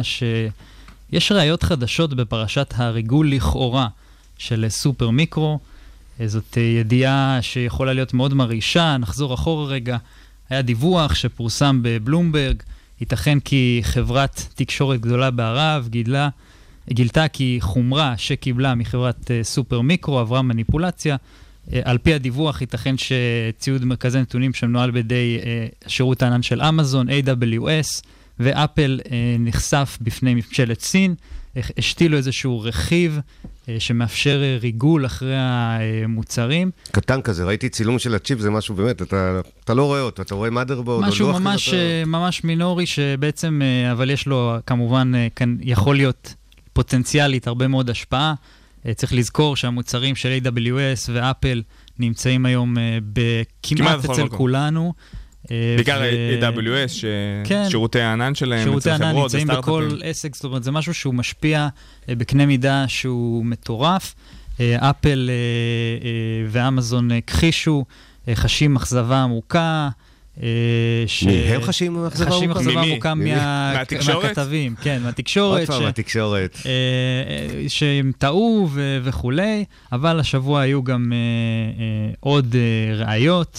S17: שיש ראיות חדשות בפרשת הריגול לכאורה של סופר מיקרו. זאת uh, ידיעה שיכולה להיות מאוד מרעישה. נחזור אחורה רגע. היה דיווח שפורסם בבלומברג, ייתכן כי חברת תקשורת גדולה בערב גילה, גילתה כי חומרה שקיבלה מחברת uh, סופר מיקרו עברה מניפולציה. Uh, על פי הדיווח ייתכן שציוד מרכזי נתונים שמנוהל בידי uh, שירות הענן של אמזון, איי דאבליו אס ואפל uh, נחשף בפני ממשלת סין. השתילו איזשהו רכיב uh, שמאפשר uh, ריגול אחרי המוצרים.
S3: קטן כזה, ראיתי צילום של הצ'יפ, זה משהו באמת, אתה, אתה לא רואה אותו, אתה רואה motherboard,
S17: משהו ממש, אתה... ממש מינורי שבעצם, uh, אבל יש לו כמובן, uh, כאן יכול להיות פוטנציאלית הרבה מאוד השפעה. Uh, צריך לזכור שהמוצרים של איי דאבליו אס ואפל נמצאים היום uh, בכמעט אצל כולנו.
S2: בעיקר איי דאבליו אס, שירותי הענן שלהם,
S17: שירותי הענן נמצאים בכל עסק, זאת אומרת, זה משהו שהוא משפיע בקנה מידה שהוא מטורף. אפל ואמזון כחישו, חשים אכזבה עמוקה.
S3: הם חשים אכזבה עמוקה?
S17: חשים אכזבה עמוקה מהכתבים, כן, מהתקשורת.
S3: עוד פעם, מהתקשורת.
S17: שהם טעו וכולי, אבל השבוע היו גם עוד ראיות.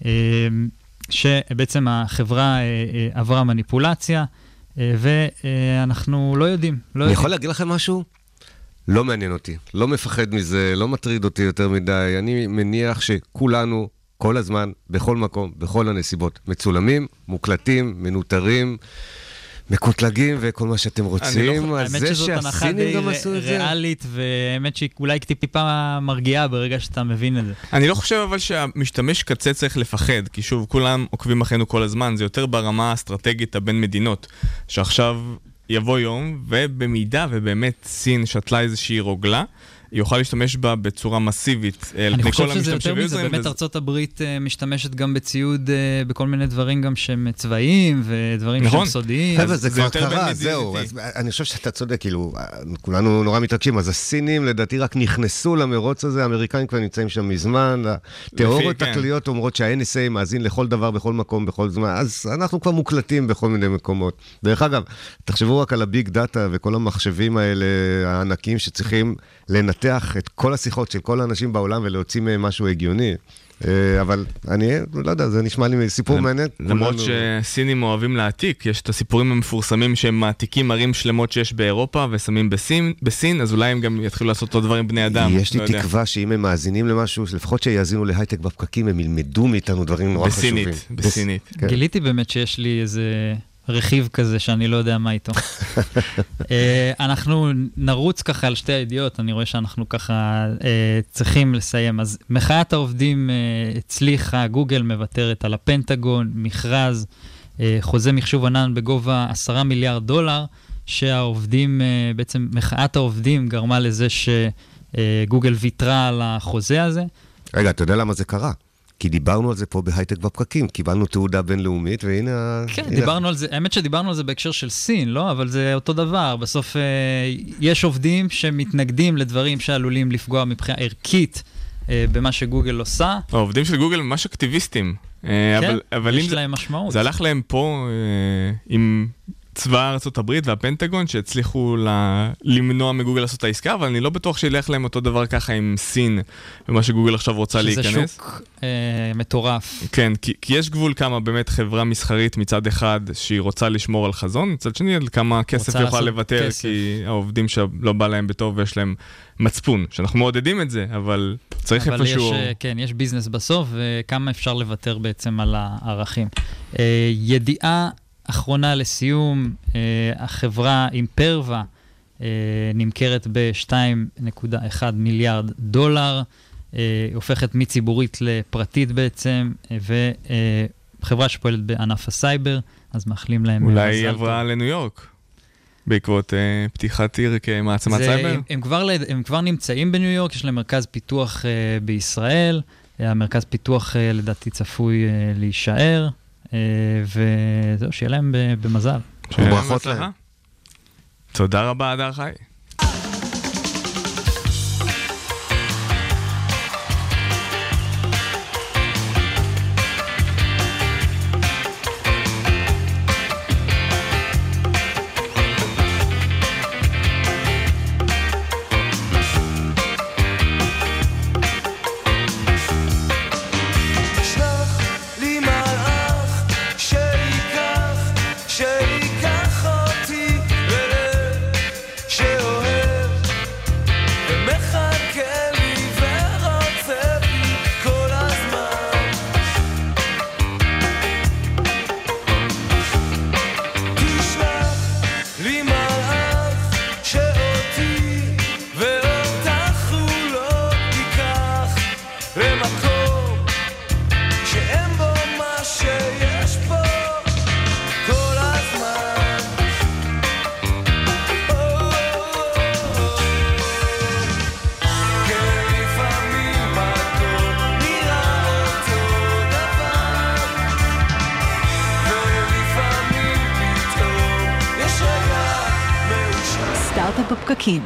S17: שבעצם החברה עברה מניפולציה, ואנחנו לא יודעים.
S3: אני יכול להגיד לכם משהו? לא מעניין אותי, לא מפחד מזה, לא מטריד אותי יותר מדי. אני מניח שכולנו, כל הזמן, בכל מקום, בכל הנסיבות, מצולמים, מוקלטים, מנותרים, מקוטלגים וכל מה שאתם רוצים.
S17: האמת שזאת הנחה די ריאלית, והאמת שהיא אולי טיפה מרגיעה ברגע שאתה מבין את זה.
S2: אני לא חושב אבל שהמשתמש קצה צריך לפחד, כי שוב, כולם עוקבים אחרינו כל הזמן, זה יותר ברמה האסטרטגית הבין מדינות, שעכשיו יבוא יום, ובמידה ובאמת סין שתלה איזושהי רוגלה, היא יוכל להשתמש בה בצורה מסיבית.
S17: אני חושב שזה יותר מזה, באמת ארצות הברית משתמשת גם בציוד, בכל מיני דברים גם שהם צבאיים, ודברים שהם סודיים.
S3: אבל זה כבר קרה, זהו. אני חושב שאתה צודק, כאילו, כולנו נורא מתרגשים, אז הסינים לדעתי רק נכנסו למרוץ הזה, האמריקאים כבר נמצאים שם מזמן, התיאוריות הכלליות אומרות שה-אן אס איי מאזין לכל דבר, בכל מקום, בכל זמן, אז אנחנו כבר מוקלטים בכל מיני מקומות. דרך אגב, תחשבו רק על הביג דאטה וכל המחשבים האלה, הענקים שצריכים לנתח את כל השיחות של כל האנשים בעולם ולהוציא מהם משהו הגיוני. אבל אני לא יודע, זה נשמע לי סיפור מעניין.
S2: למרות שסינים אוהבים להעתיק, יש את הסיפורים המפורסמים שהם מעתיקים ערים שלמות שיש באירופה ושמים בסין, אז אולי הם גם יתחילו לעשות אותו דברים בני אדם.
S3: יש לי תקווה שאם הם מאזינים למשהו, לפחות שיאזינו להייטק בפקקים, הם ילמדו מאיתנו דברים נורא חשובים.
S2: בסינית, בסינית.
S17: גיליתי באמת שיש לי איזה רכיב כזה שאני לא יודע מה איתו. אנחנו נרוץ ככה על שתי הידיעות, אני רואה שאנחנו ככה צריכים לסיים. אז מחאת העובדים הצליחה, גוגל מבטרת על הפנטגון, מכרז, חוזה מחשוב ענן בגובה עשרה מיליארד דולר, שהעובדים, בעצם מחאת העובדים גרמה לזה שגוגל ויתרה על החוזה הזה.
S3: רגע, אתה יודע למה זה קרה? כי דיברנו על זה פה בהייטק בפקקים, קיבלנו תעודה בינלאומית, והנה...
S17: כן, הנה... דיברנו על זה, האמת שדיברנו על זה בהקשר של סין, לא? אבל זה אותו דבר. בסוף אה, יש עובדים שמתנגדים לדברים שעלולים לפגוע מבחינה ערכית אה, במה שגוגל עושה.
S2: העובדים של גוגל ממש אקטיביסטים.
S17: כן,
S2: אבל, אבל
S17: יש
S2: זה,
S17: להם משמעות.
S2: זה הלך להם פה אה, עם צבא ארצות הברית והפנטגון שהצליחו ל... למנוע מגוגל לעשות את העסקה, אבל אני לא בטוח שילך להם אותו דבר ככה עם סין, ומה שגוגל עכשיו רוצה
S17: שזה
S2: להיכנס.
S17: שזה שוק אה, מטורף.
S2: כן, כי, כי יש גבול כמה באמת חברה מסחרית מצד אחד שהיא רוצה לשמור על חזון, מצד שני על כמה כסף יוכל לוותר, כסף. כי העובדים שלא בא להם בטוב ויש להם מצפון, שאנחנו מעודדים את זה, אבל צריך
S17: אבל
S2: איפשהו...
S17: יש, כן, יש ביזנס בסוף, וכמה אפשר לוותר בעצם על הערכים. אה, ידיעה אחרונה לסיום, אה, החברה אימפרווה אה, נמכרת ב-שתיים נקודה אחת מיליארד דולר, אה, הופכת מציבורית לפרטית בעצם, אה, וחברה אה, שפועלת בענף הסייבר, אז מאחלים להם...
S2: אולי היא עברה לניו יורק, בעקבות אה, פתיחת עיר כמעצמת סייבר?
S17: הם, הם, כבר, הם כבר נמצאים בניו יורק, יש להם מרכז פיתוח אה, בישראל, המרכז פיתוח אה, לדעתי צפוי אה, להישאר, וזהו, שיהיה להם במזל.
S3: וברכות להם.
S2: תודה רבה, הדר חי.
S12: בפקקים.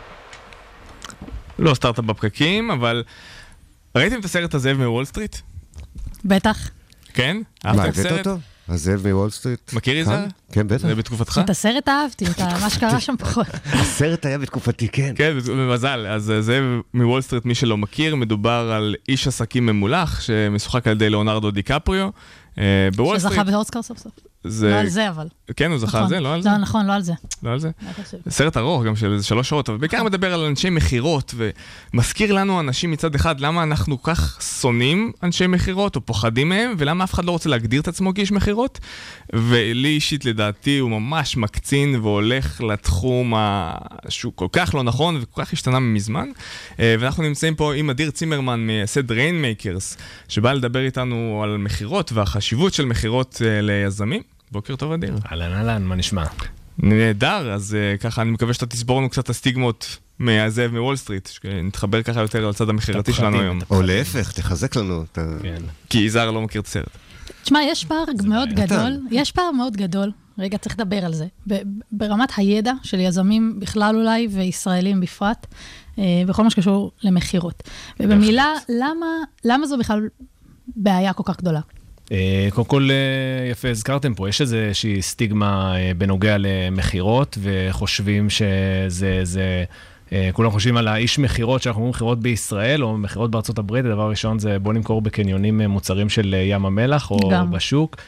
S2: לא סטארט-אפ בפקקים, אבל ראיתם את הסרט הזאב מוול סטריט?
S15: בטח.
S2: כן?
S3: מה, הבאת אותו? הזאב מוול סטריט?
S2: מכיר את זה?
S3: כן, בטח.
S2: זה בתקופתך?
S15: את הסרט אהבתי, את מה שקרה שם פחות.
S3: הסרט היה בתקופתי, כן.
S2: כן, במזל. אז זאב מוול סטריט, מי שלא מכיר, מדובר על איש עסקים ממולח, שמשוחק על ידי ליאונרדו דיקפריו.
S15: שזכה באוסקר סוף סוף. לא על זה, אבל.
S2: כן, הוא זכה על זה, לא על זה?
S15: לא, נכון, לא על זה.
S2: לא על זה? סרט ארוך גם של שלוש שעות, אבל בעיקר מדבר על אנשי מחירות, ומזכיר לנו אנשים מצד אחד, למה אנחנו כך שונאים אנשי מחירות, או פוחדים מהם, ולמה אף אחד לא רוצה להגדיר את עצמו כאיש מחירות, ולי אישית לדעתי הוא ממש מקצין, והולך לתחום שהוא כל כך לא נכון, וכל כך השתנה מזמן, ואנחנו נמצאים פה עם אדיר צימרמן מייסד ריינמייקרס, שבא לדבר איתנו על מחירות, והחשיבות של מחירות ליזמים. בוקר טוב אדיר.
S18: אהלן אהלן, מה נשמע?
S2: נהדר, אז uh, ככה אני מקווה שאתה תסבור לנו קצת הסטיגמות מהזאב מוול סטריט, שנתחבר ככה יותר על צד המחירתי שלנו היום.
S3: או להפך, תחזק לנו.
S2: כן. כי יזהר לא מכיר את הסרט.
S15: תשמע, יש פער מאוד גדול, יש פער מאוד גדול, רגע צריך לדבר על זה, ברמת הידע של יזמים בכלל אולי, וישראלים בפרט, בכל מה שקשור למחירות. ובמילה, למה, למה זו בכלל בעיה כל כך גדולה?
S18: קודם כל, יפה, הזכרתם פה, יש איזושהי סטיגמה בנוגע למחירות, וחושבים שזה, זה, כולם חושבים על האיש מחירות, שאנחנו אומרים מחירות בישראל, או מחירות בארצות הברית, הדבר הראשון זה בוא נמכור בקניונים מוצרים של ים המלח, או גם בשוק,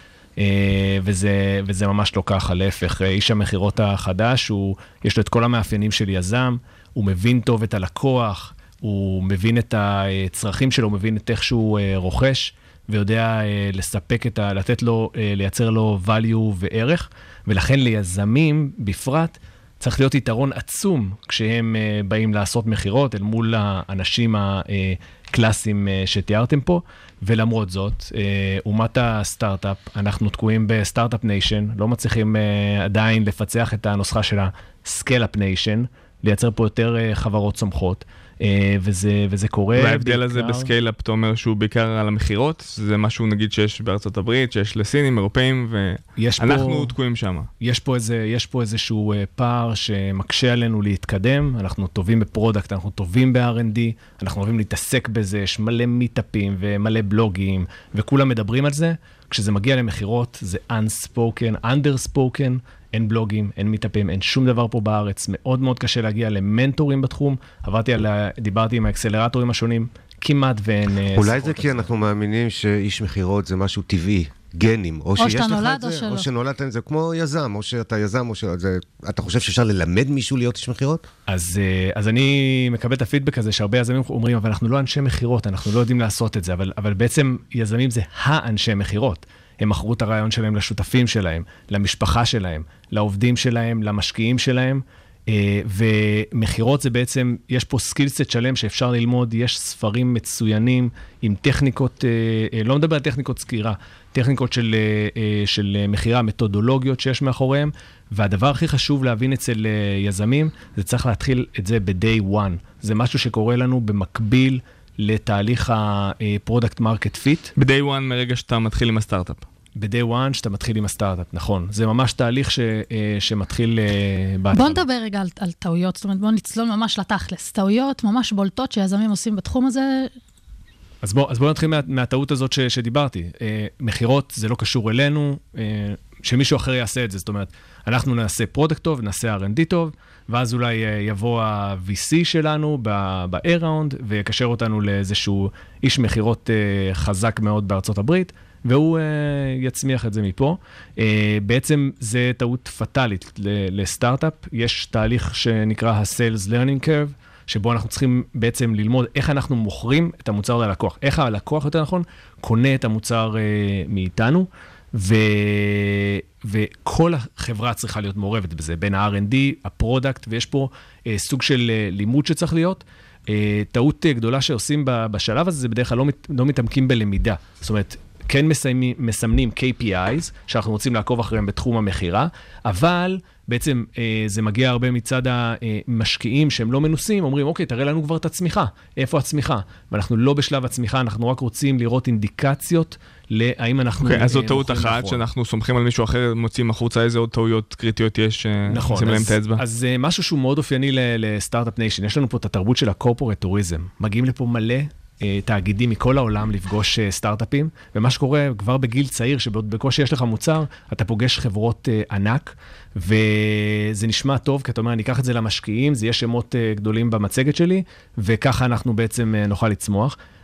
S18: וזה, וזה ממש לא ככה, להפך, איש המחירות החדש, הוא, יש לו את כל המאפיינים של יזם, הוא מבין טוב את הלקוח, הוא מבין את הצרכים שלו, הוא מבין את איך שהוא רוכש, ויודע uh, לספק את ה... לתת לו, uh, לייצר לו value וערך, ולכן ליזמים בפרט צריך להיות יתרון עצום כשהם uh, באים לעשות מחירות אל מול האנשים הקלאסיים uh, שתיארתם פה, ולמרות זאת, uh, אומת הסטארט-אפ, אנחנו תקועים בסטארט-אפ ניישן, לא מצליחים uh, עדיין לפצח את הנוסחה של הסקייל-אפ ניישן, לייצר פה יותר uh, חברות צומחות, וזה, וזה קורה.
S2: וההבדל הזה בסקייל-אפ, אתה אומר שהוא בעיקר על המחירות, זה משהו נגיד שיש בארצות הברית, שיש לסינים, אירופאים, ואנחנו תקועים שם.
S18: יש פה איזה, יש פה איזשהו פער שמקשה עלינו להתקדם, אנחנו טובים בפרודקט, אנחנו טובים ב-אר אנד די, אנחנו אוהבים להתעסק בזה, יש מלא מיטאפים ומלא בלוגים, וכולם מדברים על זה. כשזה מגיע למחירות, זה unspoken, underspoken, אין בלוגים, אין מיטאפים, אין שום דבר פה בארץ, מאוד מאוד קשה להגיע למנטורים בתחום, עברתי על, דיברתי עם האקסלרטורים השונים, כמעט ואין...
S3: אולי זה כי אנחנו מאמינים שאיש מחירות זה משהו טבעי, גנים, או שיש לך את זה, או שנולדת עם זה, כמו יזם, או שאתה יזם, או שאתה חושב שאפשר ללמד מישהו להיות איש מחירות?
S18: אז, אז אני מקבל את הפידבק הזה, שהרבה יזמים אומרים, אבל אנחנו לא אנשי מחירות, אנחנו לא יודעים לעשות את זה, אבל, אבל בעצם יזמים זה האנשי מחירות. הם מכרו את הרעיון שלהם לשותפים שלהם, למשפחה שלהם, לעובדים שלהם, למשקיעים שלהם, ומחירות זה בעצם, יש פה סקילסט שלם שאפשר ללמוד, יש ספרים מצוינים עם טכניקות, לא מדבר על טכניקות סקירה, טכניקות של, של מחירה, מתודולוגיות שיש מאחוריהם, והדבר הכי חשוב להבין אצל יזמים, זה צריך להתחיל את זה ב-day one. זה משהו שקורה לנו במקביל לתהליך ה-product market fit.
S2: ב-day one מרגע שאתה מתחיל עם הסטארט-אפ.
S18: ב-day one שאתה מתחיל עם הסטארט-אפ, נכון. זה ממש תהליך ש, שמתחיל בהתחלה.
S15: בוא נדבר רגע על, על טעויות, זאת אומרת, בוא נצלול ממש לתכלס. טעויות ממש בולטות שיזמים עושים בתחום הזה.
S18: אז בוא, אז בוא נתחיל מה, מהטעות הזאת ש, שדיברתי. מחירות זה לא קשור אלינו, שמישהו אחר יעשה את זה. זאת אומרת, אנחנו נעשה פרודקט טוב, נעשה אר אנד די טוב, ואז אולי יבוא ה-וי סי שלנו ב-A ראונד, ויקשר אותנו לאיזשהו איש מחירות חזק מאוד בארצות הברית, והוא יצמיח את זה מפה. בעצם זה טעות פטלית לסטארט-אפ. יש תהליך שנקרא ה-Sales Learning Curve, שבו אנחנו צריכים בעצם ללמוד איך אנחנו מוכרים את המוצר ללקוח. איך הלקוח, יותר נכון, קונה את המוצר מאיתנו, ו... וכל החברה צריכה להיות מעורבת בזה, בין ה-אר אנד די, הפרודקט, ויש פה אה, סוג של אה, לימוד שצריך להיות. אה, טעות אה, גדולה שעושים ב- בשלב הזה, זה בדרך כלל לא, מת, לא מתעמקים בלמידה. זאת אומרת, כן מסיימים, מסמנים קיי פי איז, שאנחנו רוצים לעקוב אחריהם בתחום המחירה, אבל בעצם אה, זה מגיע הרבה מצד המשקיעים שהם לא מנוסים, אומרים, אוקיי, תראה לנו כבר את הצמיחה, איפה הצמיחה? ואנחנו לא בשלב הצמיחה, אנחנו רק רוצים לראות אינדיקציות להאם אנחנו...
S2: אוקיי, אז זו טעות אחת, שאנחנו סומכים על מישהו אחר, מוצאים החוצה איזה עוד טעויות קריטיות יש, נשים להם את האצבע.
S18: אז משהו שהוא מאוד אופייני לסטארט-אפ ניישן, יש לנו פה את התרבות של הקורפורט טוריזם, מגיעים לפה מלא תאגידים מכל העולם לפגוש סטארט-אפים, ומה שקורה כבר בגיל צעיר, שבקושי יש לך מוצר, אתה פוגש חברות ענק, וזה נשמע טוב, כי אתה אומר, אני אקח את זה למשקיעים, זה יהיה שמות גדולים במצגת שלי, וככה אנחנו בעצם נוכל לצמוח.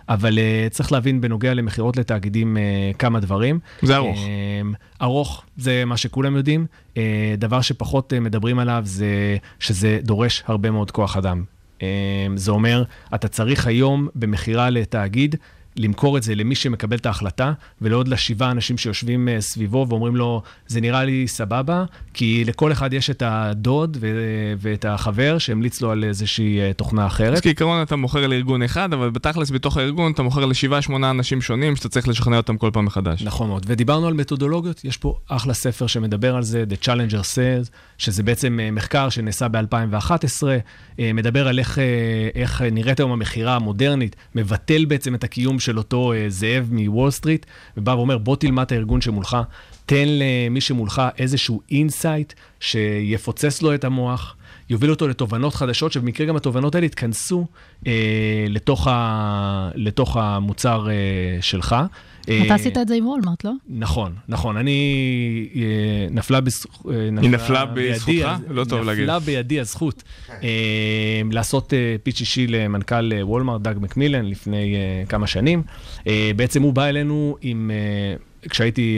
S18: אבל uh, צריך להבין בנוגע למחירות לתאגידים uh, כמה דברים.
S2: זה ארוך.
S18: Uh, ארוך, זה מה שכולם יודעים. Uh, דבר שפחות uh, מדברים עליו זה שזה דורש הרבה מאוד כוח אדם. Uh, זה אומר, אתה צריך היום במחירה לתאגיד, למכור את זה למי שמקבל את ההחלטה, ולא עוד לשבעה אנשים שיושבים סביבו ואומרים לו, זה נראה לי סבבה, כי לכל אחד יש את הדוד ו- ואת החבר שהמליץ לו על איזושהי תוכנה אחרת.
S2: אז כעיקרון אתה מוכר לארגון אחד, אבל בתכלס בתוך הארגון אתה מוכר לשבעה, שמונה אנשים שונים, שאתה צריך לשכנע אותם כל פעם מחדש.
S18: נכון מאוד. ודיברנו על מתודולוגיות, יש פה אחלה ספר שמדבר על זה, The Challenger Says, שזה בעצם מחקר שנעשה ב-אלפיים ואחת עשרה, מדבר על איך, איך נראית היום המחירה המודרנית, מבטל בעצם את הקיום של אותו זאב מוול סטריט, ובא ואומר, בוא תלמד את הארגון שמולך, תן למי שמולך איזשהו אינסייט שיפוצץ לו את המוח, יוביל אותו לתובנות חדשות, שבמקרה גם התובנות האלה יתכנסו אה, לתוך, ה, לתוך המוצר אה, שלך.
S15: אתה עשית את זה עם וולמרט, לא?
S18: נכון, נכון. אני נפלה בזכות...
S2: היא נפלה בזכותך? לא טוב להגיד.
S18: נפלה בידי הזכות לעשות פיץ' אישי למנכ"ל וולמרט, דאג מקמילן, לפני כמה שנים. בעצם הוא בא אלינו עם... כשהייתי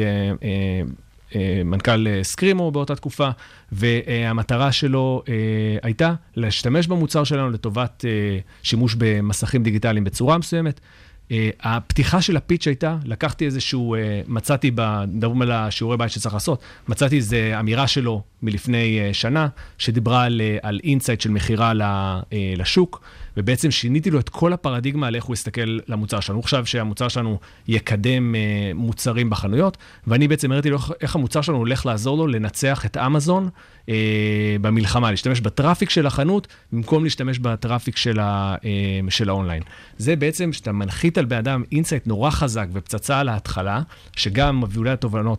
S18: מנכ"ל סקרימו באותה תקופה, והמטרה שלו הייתה להשתמש במוצר שלנו לטובת שימוש במסכים דיגיטליים בצורה מסוימת. Uh, הפתיחה של הפיץ' הייתה, לקחתי איזשהו, uh, מצאתי, מדברים על השיעורי בית שצריך לעשות, מצאתי איזו אמירה שלו מלפני uh, שנה, שדיברה על, uh, על אינסייט של מחירה ל, uh, לשוק, ובעצם שיניתי לו את כל הפרדיגמה על איך הוא יסתכל למוצר שלנו. הוא חושב שהמוצר שלנו יקדם uh, מוצרים בחנויות, ואני בעצם הראיתי לו איך המוצר שלנו הולך לעזור לו לנצח את אמזון uh, במלחמה, להשתמש בטראפיק של החנות, במקום להשתמש בטראפיק של, ה, uh, של האונליין. זה בעצם שאתה מנחית על בן אדם אינסייט נורא חזק ופצצה על ההתחלה, שגם מביא אולי התובנות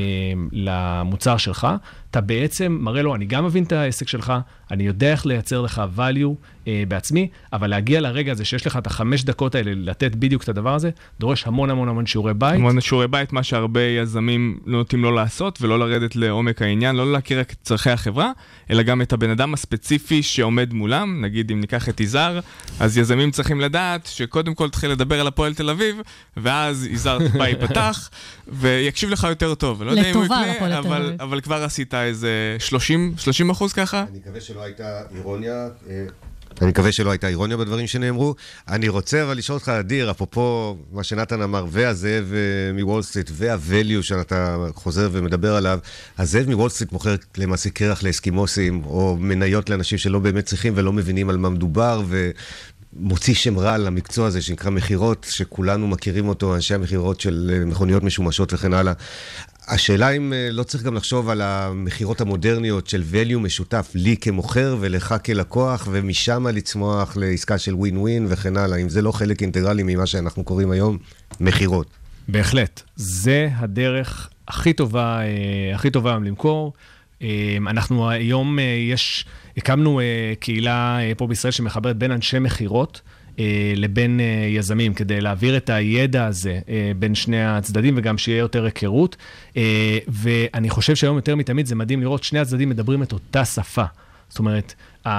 S18: למוצר שלך, אתה בעצם מראה לו, אני גם מבין את העסק שלך, אני יודע איך לייצר לך value אה, בעצמי, אבל להגיע לרגע הזה שיש לך את החמש דקות האלה לתת בדיוק את הדבר הזה, דורש המון המון המון שיעורי בית.
S2: המון שיעורי בית, מה שהרבה יזמים לא נוטים לא לעשות, ולא לרדת לעומק העניין, לא להכיר את צרכי החברה, אלא גם את הבן אדם הספציפי שעומד מולם, נגיד אם ניקח את איזר, אז יזמים צריכים לדעת שקודם כל תתחיל לדבר על הפועל תל אביב, ואז איזר טיפה ייפתח, ויקשיב לך יותר טוב. לא יודע אם הוא יקנה, אבל, אבל כבר עשית איזה שלושים אחוז ככה.
S3: אני מקווה שלא הייתה אירוניה, אני מקווה שלא הייתה אירוניה בדברים שנאמרו. אני רוצה אבל לשאול אותך, אדיר, אפרופו מה שנתן אמר, והזאב מוול סטריט, והvalue שאתה חוזר ומדבר עליו, הזאב מוול סטריט מוכר למעשה קרח לאסקימוסים, או מניות לאנשים שלא באמת צריכים ולא מבינים על מה מדובר, ו... מוציא שם רע למקצוע הזה שנקרא מחירות, שכולנו מכירים אותו, אנשי המחירות של מכוניות משומשות וכן הלאה. השאלה אם לא צריך גם לחשוב על המחירות המודרניות של value משותף, לי כמוכר ולך כלקוח, ומשם לצמוח לעסקה של ווין ווין וכן הלאה. אם זה לא חלק אינטגרלי ממה שאנחנו קוראים היום, מחירות.
S18: בהחלט. זה הדרך הכי טובה, הכי טובה למכור. אנחנו היום יש, הקמנו קהילה פה בישראל שמחברת בין אנשי מחירות לבין יזמים, כדי להעביר את הידע הזה בין שני הצדדים, וגם שיהיה יותר היכרות. ואני חושב שהיום יותר מתמיד זה מדהים לראות שני הצדדים מדברים את אותה שפה. זאת אומרת,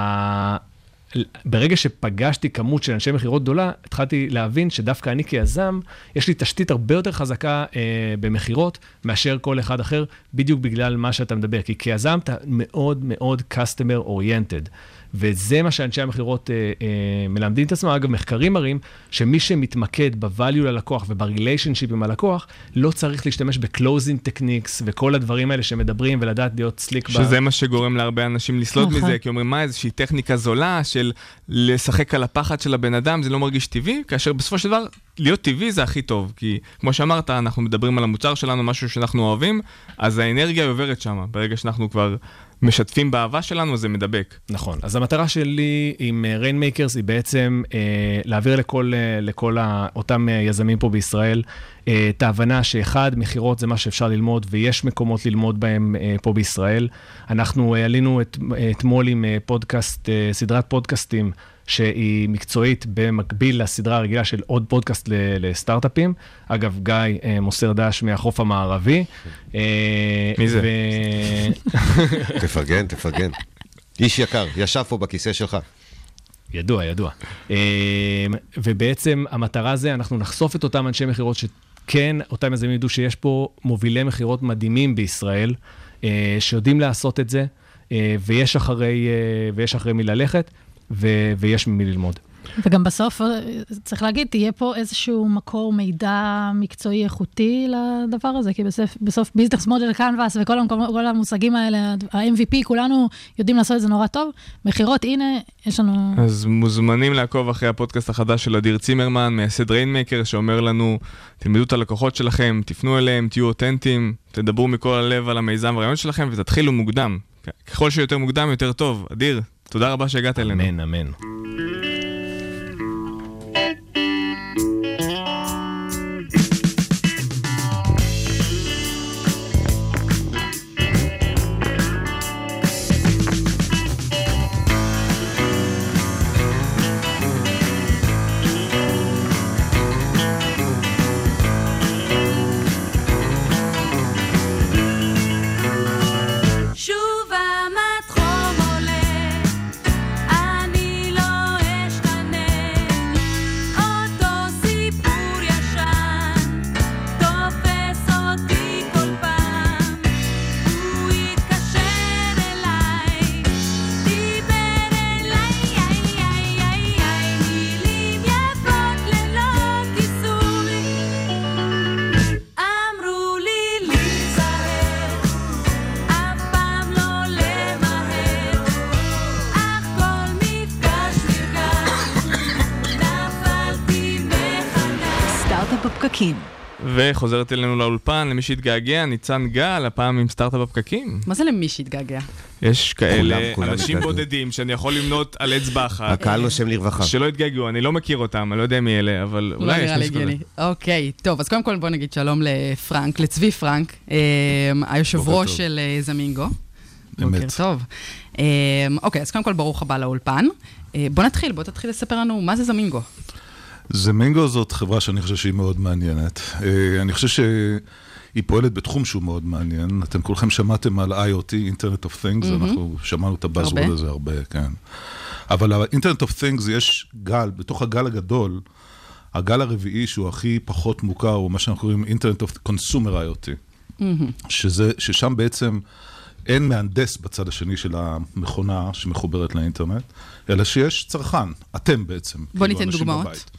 S18: ברגע שפגשתי כמות של אנשי מחירות גדולה, התחלתי להבין שדווקא אני כיזם, יש לי תשתית הרבה יותר חזקה אה, במחירות, מאשר כל אחד אחר, בדיוק בגלל מה שאתה מדבר. כי כיזם אתה מאוד מאוד customer oriented. וזה מה שאנשי המחירות אה, אה, מלמדים את עצמם. אגב, מחקרים מראים שמי שמתמקד ב-value ללקוח וב-relationship עם הלקוח, לא צריך להשתמש ב-closing techniques וכל הדברים האלה שמדברים ולדעת להיות סליק.
S2: שזה ב... מה שגורם להרבה אנשים לסלוט מזה, כי אומרים, מה, איזושהי טכניקה זולה של לשחק על הפחד של הבן אדם, זה לא מרגיש טבעי, כאשר בסופו של דבר, להיות טבעי זה הכי טוב, כי כמו שאמרת, אנחנו מדברים על המוצר שלנו, משהו שאנחנו אוהבים, אז האנרגיה עוברת שם, ברגע שאנחנו כבר משתפים באהבה שלנו, זה מדבק.
S18: נכון. אז המטרה שלי עם Rainmakers היא בעצם אה, להעביר לכל, אה, לכל ה, אותם אה, יזמים פה בישראל אה, את ההבנה שאחד, מחירות זה מה שאפשר ללמוד, ויש מקומות ללמוד בהם אה, פה בישראל. אנחנו אה, עלינו את, אתמול עם אה, פודקאסט, אה, סדרת פודקאסטים, שהיא מקצועית במקביל לסדרה הרגילה של עוד פודקאסט לסטארט-אפים. אגב, גיא מוסר דש מהחוף המערבי.
S2: מי זה?
S3: תפרגן, תפרגן. איש יקר, ישב פה בכיסא שלך.
S18: ידוע, ידוע. ובעצם המטרה זה, אנחנו נחשוף את אותם אנשי מחירות שכן, אותם יזמים ידעו שיש פה מובילי מחירות מדהימים בישראל, שיודעים לעשות את זה, ויש אחרי, ויש אחרי מי ללכת, ויש ממי ללמוד.
S15: וגם בסוף, צריך להגיד, תהיה פה איזשהו מקור מידע מקצועי איכותי לדבר הזה, כי בסוף, בסוף ביזנס מודל קנבאס וכל כל המושגים האלה, ה-אם וי פי, כולנו יודעים לעשות את זה נורא טוב. מחירות, הנה, יש לנו...
S2: אז מוזמנים לעקוב אחרי הפודקאסט החדש של אדיר צימרמן, מייסד ריינמקר, שאומר לנו, תלמדו את הלקוחות שלכם, תפנו אליהם, תהיו אותנטיים, תדברו מכל הלב על המיזם והרעיון שלכם, ותתחילו מוקדם. ככל שיותר מוקדם, יותר טוב. אדיר, תודה רבה שהגעת אלינו.
S18: אמן, אמן.
S2: וחוזרת אלינו לאולפן, למי שהתגעגע, ניצן גל, הפעם עם סטארט-אפ בפקקים.
S14: מה זה למי שהתגעגע?
S2: יש כאלה אנשים בודדים שאני יכול למנות על אצבע אחת.
S3: הקהל נושם לרוחה.
S2: שלא התגעגעו, אני לא מכיר אותם, אני לא יודע מי אלה, אבל אולי יש מישהו כזה.
S14: אוקיי, טוב, אז קודם כל בוא נגיד שלום לפרנק, לצבי פרנק, היושב ראש של זמינגו. בוקר טוב. אוקיי, אז קודם כל ברוך הבא לאולפן. בוא נתחיל, בוא תתחיל לספר לנו מה זה זמינגו.
S19: זמינגו זאת חברה שאני חושב שהיא מאוד מעניינת. אני חושב שהיא פועלת בתחום שהוא מאוד מעניין. אתם כולכם שמעתם על איי או טי, Internet of Things, mm-hmm. אנחנו שמענו את הבאזוורד הזה הרבה, כן. אבל ה-Internet of Things יש גל, בתוך הגל הגדול, הגל הרביעי שהוא הכי פחות מוכר, הוא מה שאנחנו קוראים Internet of Consumer איי או טי. Mm-hmm. שזה, ששם בעצם אין מהנדס בצד השני של המכונה שמחוברת לאינטרנט, אלא שיש צרכן, אתם בעצם.
S14: בוא ניתן דוגמאות. בבית.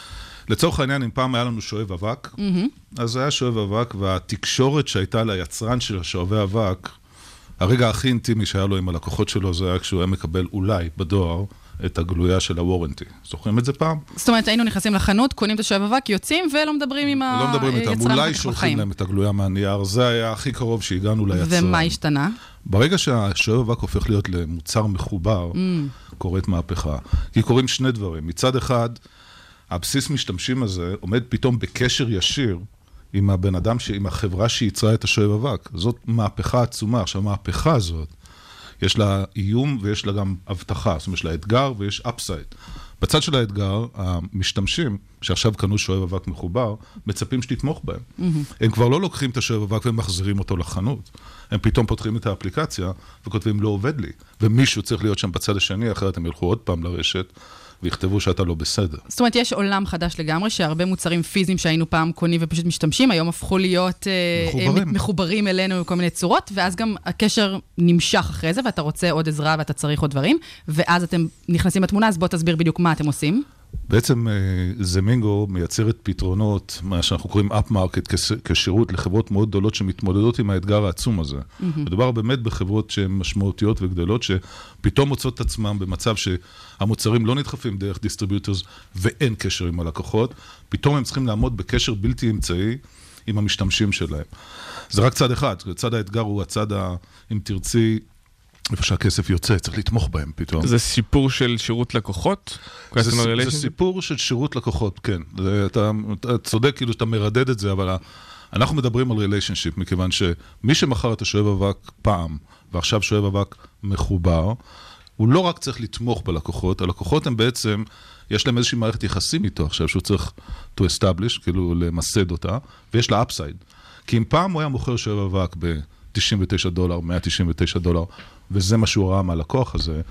S19: לצורך העניין, אם פעם היה לנו שואב אבק, mm-hmm. אז היה שואב אבק, והתקשורת שהייתה ליצרן של השואבי אבק, הרגע הכי אינטימי שהיה לו עם הלקוחות שלו, זה היה כשהוא היה מקבל אולי בדואר את הגלויה של הוורנטי. זוכרים את זה פעם?
S14: זאת אומרת, היינו נכנסים לחנות, קונים את השואב אבק, יוצאים ולא מדברים עם היצרן.
S19: לא מדברים איתם, אולי שולחים להם את הגלויה מהנייר, זה היה הכי קרוב שהגענו ליצרן.
S14: ומה השתנה?
S19: ברגע שהשואב אבק הופך להיות למוצר מחובר, mm. קורית מהפכה. כי קוראים שני דברים. מצד אחד, הבסיס משתמשים הזה עומד פתאום בקשר ישיר עם הבן אדם, עם החברה שיצרה את השואב אבק. זאת מהפכה עצומה. עכשיו, המהפכה הזאת, יש לה איום ויש לה גם הבטחה. זאת אומרת, יש לה אתגר ויש אפסייד. בצד של האתגר, המשתמשים, שעכשיו קנו שואב אבק מחובר, מצפים שתתמוך בהם. Mm-hmm. הם כבר לא לוקחים את השואב אבק ומחזירים אותו לחנות. הם פתאום פותחים את האפליקציה וכותבים, לא עובד לי. ומישהו צריך להיות שם בצד השני, אחרת הם ילכו עוד פעם לרשת, ויכתבו שאתה לא בסדר.
S14: זאת אומרת, יש עולם חדש לגמרי, שהרבה מוצרים פיזיים שהיינו פעם קונים ופשוט משתמשים, היום הפכו להיות מחוברים, אה, מחוברים אלינו בכל מיני צורות, ואז גם הקשר נמשך אחרי זה, ואתה רוצה עוד עזרה ואתה צריך עוד דברים, ואז אתם נכנסים לתמונה, אז בוא תסביר בדיוק מה אתם עושים.
S19: בעצם זמינגו מייצרת פתרונות, מה שאנחנו קוראים אפ-מרקט, כשירות לחברות מאוד גדולות שמתמודדות עם האתגר העצום הזה. Mm-hmm. מדובר באמת בחברות שהן משמעותיות וגדולות, שפתאום מוצאות את עצמם במצב שהמוצרים לא נדחפים דרך דיסטריביוטורס ואין קשר עם הלקוחות, פתאום הם צריכים לעמוד בקשר בלתי אמצעי עם המשתמשים שלהם. זה רק צד אחד, צד האתגר הוא הצד, ה, אם תרצי, איפה שהכסף יוצא, צריך לתמוך בהם פתאום.
S2: זה סיפור של שירות לקוחות?
S19: זה, זה סיפור של שירות לקוחות, כן. זה, אתה, אתה צודק כאילו שאתה מרדד את זה, אבל אנחנו מדברים על ריליישנשיפ, מכיוון שמי שמחר את השואב אבק פעם, ועכשיו שואב אבק מחובר, הוא לא רק צריך לתמוך בלקוחות, הלקוחות הם בעצם, יש להם איזושהי מערכת יחסים איתו עכשיו, שהוא צריך to establish, כאילו למסד אותה, ויש לה upside. כי אם פעם הוא היה מוכר שואב אבק ב-תשעים ותשעה דולר, מאה תשעים ותשעה דולר, וזה מה שהוא ראה מהלקוח הזה,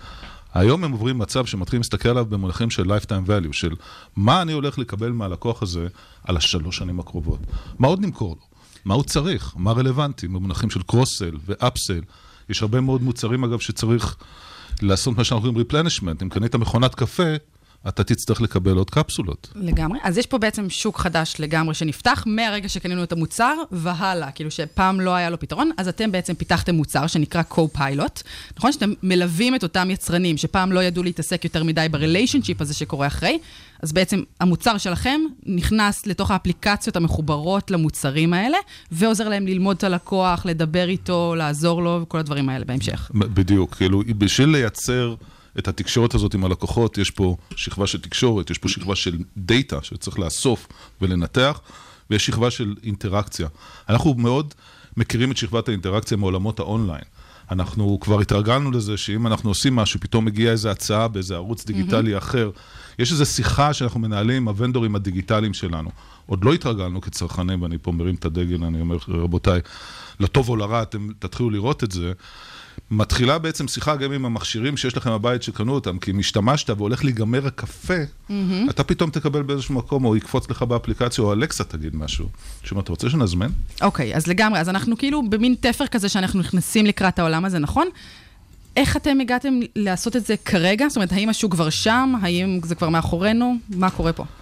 S19: היום הם עוברים מצב שמתחילים להסתכל עליו במונחים של lifetime value, של מה אני הולך לקבל מהלקוח הזה על השלוש שנים הקרובות. מה עוד נמכור לו? מה הוא צריך? מה רלוונטי? במונחים של קרוס-סל ואפ-סל. יש הרבה מאוד מוצרים, אגב, שצריך לעשות מה שאנחנו קוראים replenishment. אם קנית מכונת קפה, אתה תצטרך לקבל עוד קפסולות.
S14: לגמרי. אז יש פה בעצם שוק חדש לגמרי שנפתח מהרגע שקנינו את המוצר והלאה, כאילו שפעם לא היה לו פתרון, אז אתם בעצם פיתחתם מוצר שנקרא co-pilot, נכון? שאתם מלווים את אותם יצרנים שפעם לא ידעו להתעסק יותר מדי בריליישנשיפ הזה שקורה אחרי, אז בעצם המוצר שלכם נכנס לתוך האפליקציות המחוברות למוצרים האלה, ועוזר להם ללמוד את הלקוח, לדבר איתו, לעזור לו וכל הדברים האלה בהמשך.
S19: בדיוק, כאילו בשביל לייצר את התקשורת הזאת עם הלקוחות, יש פה שכבה של תקשורת, יש פה שכבה של דאטה שצריך לאסוף ולנתח, ויש שכבה של אינטראקציה. אנחנו מאוד מכירים את שכבת האינטראקציה מעולמות האונליין. אנחנו כבר התרגלנו לזה שאם אנחנו עושים משהו, פתאום מגיעה איזו הצעה באיזה ערוץ דיגיטלי אחר. יש איזו שיחה שאנחנו מנהלים עם הוונדורים הדיגיטליים שלנו. עוד לא התרגלנו כצרכנים, ואני פה מרים את הדגל, אני אומר, רבותיי, לטוב או לרע, אתם תתחילו לראות את זה. מתחילה בעצם שיחה גם עם המכשירים שיש לכם בבית שקנו אותם, כי אם השתמשת והולך להיגמר הקפה, mm-hmm. אתה פתאום תקבל באיזשהו מקום, או יקפוץ לך באפליקציה, או אלקסה תגיד משהו. שמה, אתה רוצה שנזמן?
S14: אוקיי, okay, אז לגמרי, אז אנחנו כאילו במין תפר כזה שאנחנו נכנסים לקראת העולם הזה, נכון? איך אתם הגעתם לעשות את זה כרגע? זאת אומרת, האם השוק כבר שם? האם זה כבר מאחורינו? מה קורה פה?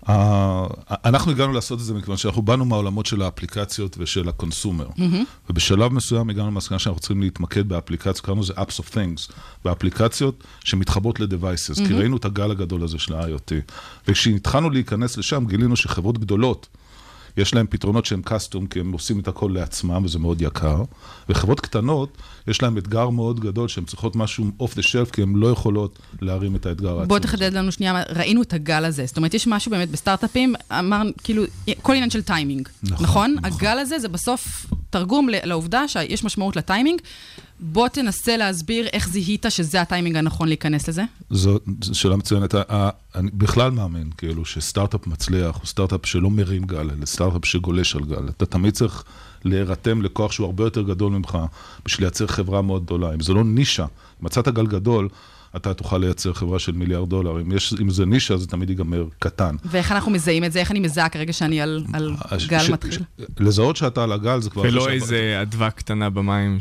S19: אנחנו הגענו לעשות את זה מכיוון שאנחנו באנו מהעולמות של האפליקציות ושל הקונסומר. ובשלב מסוים הגענו למסקנה שאנחנו צריכים להתמקד באפליקציות, קראנו לזה Apps of Things, באפליקציות שמתחברות ל-Devices, כי ראינו את הגל הגדול הזה של ה-איי או טי. וכשהתחלנו להיכנס לשם, גילינו שחברות גדולות, יש להם פתרונות שהם קסטום, כי הם עושים את הכל לעצמם, וזה מאוד יקר. וחברות קטנות, יש להם אתגר מאוד גדול, שהן צריכות משהו off the shelf, כי הן לא יכולות להרים את האתגר העצמם.
S14: בוא תחדד לנו שנייה, ראינו את הגל הזה. זאת אומרת, יש משהו באמת בסטארט-אפים, אמר, כאילו, כל עניין של טיימינג. נכון? נכון? הגל הזה זה בסוף תרגום לעובדה שיש משמעות לטיימינג. בוא תנסה להסביר איך זיהית שזה הטיימינג הנכון להיכנס לזה.
S19: זו שאלה מצוינת. אני בכלל מאמין, כאילו, שסטארט-אפ מצליח, או סטארט-אפ שלא מרים גל, אלא סטארט-אפ שגולש על גל. אתה תמיד צריך להירתם לכוח שהוא הרבה יותר גדול ממך, בשביל לייצר חברה מאוד גדולה. אם זה לא נישה, אם מצאת גל גדול, אתה תוכל לייצר חברה של מיליארד דולר. אם, יש, אם זה נישה, זה תמיד ייגמר קטן.
S14: ואיך אנחנו מזהים את זה? איך אני מזהה כרגע שאני על, על ש, גל ש, מתחיל? ש,
S19: לזהות שאתה על הגל זה כבר...
S2: ולא איזה אדווה קטנה במים.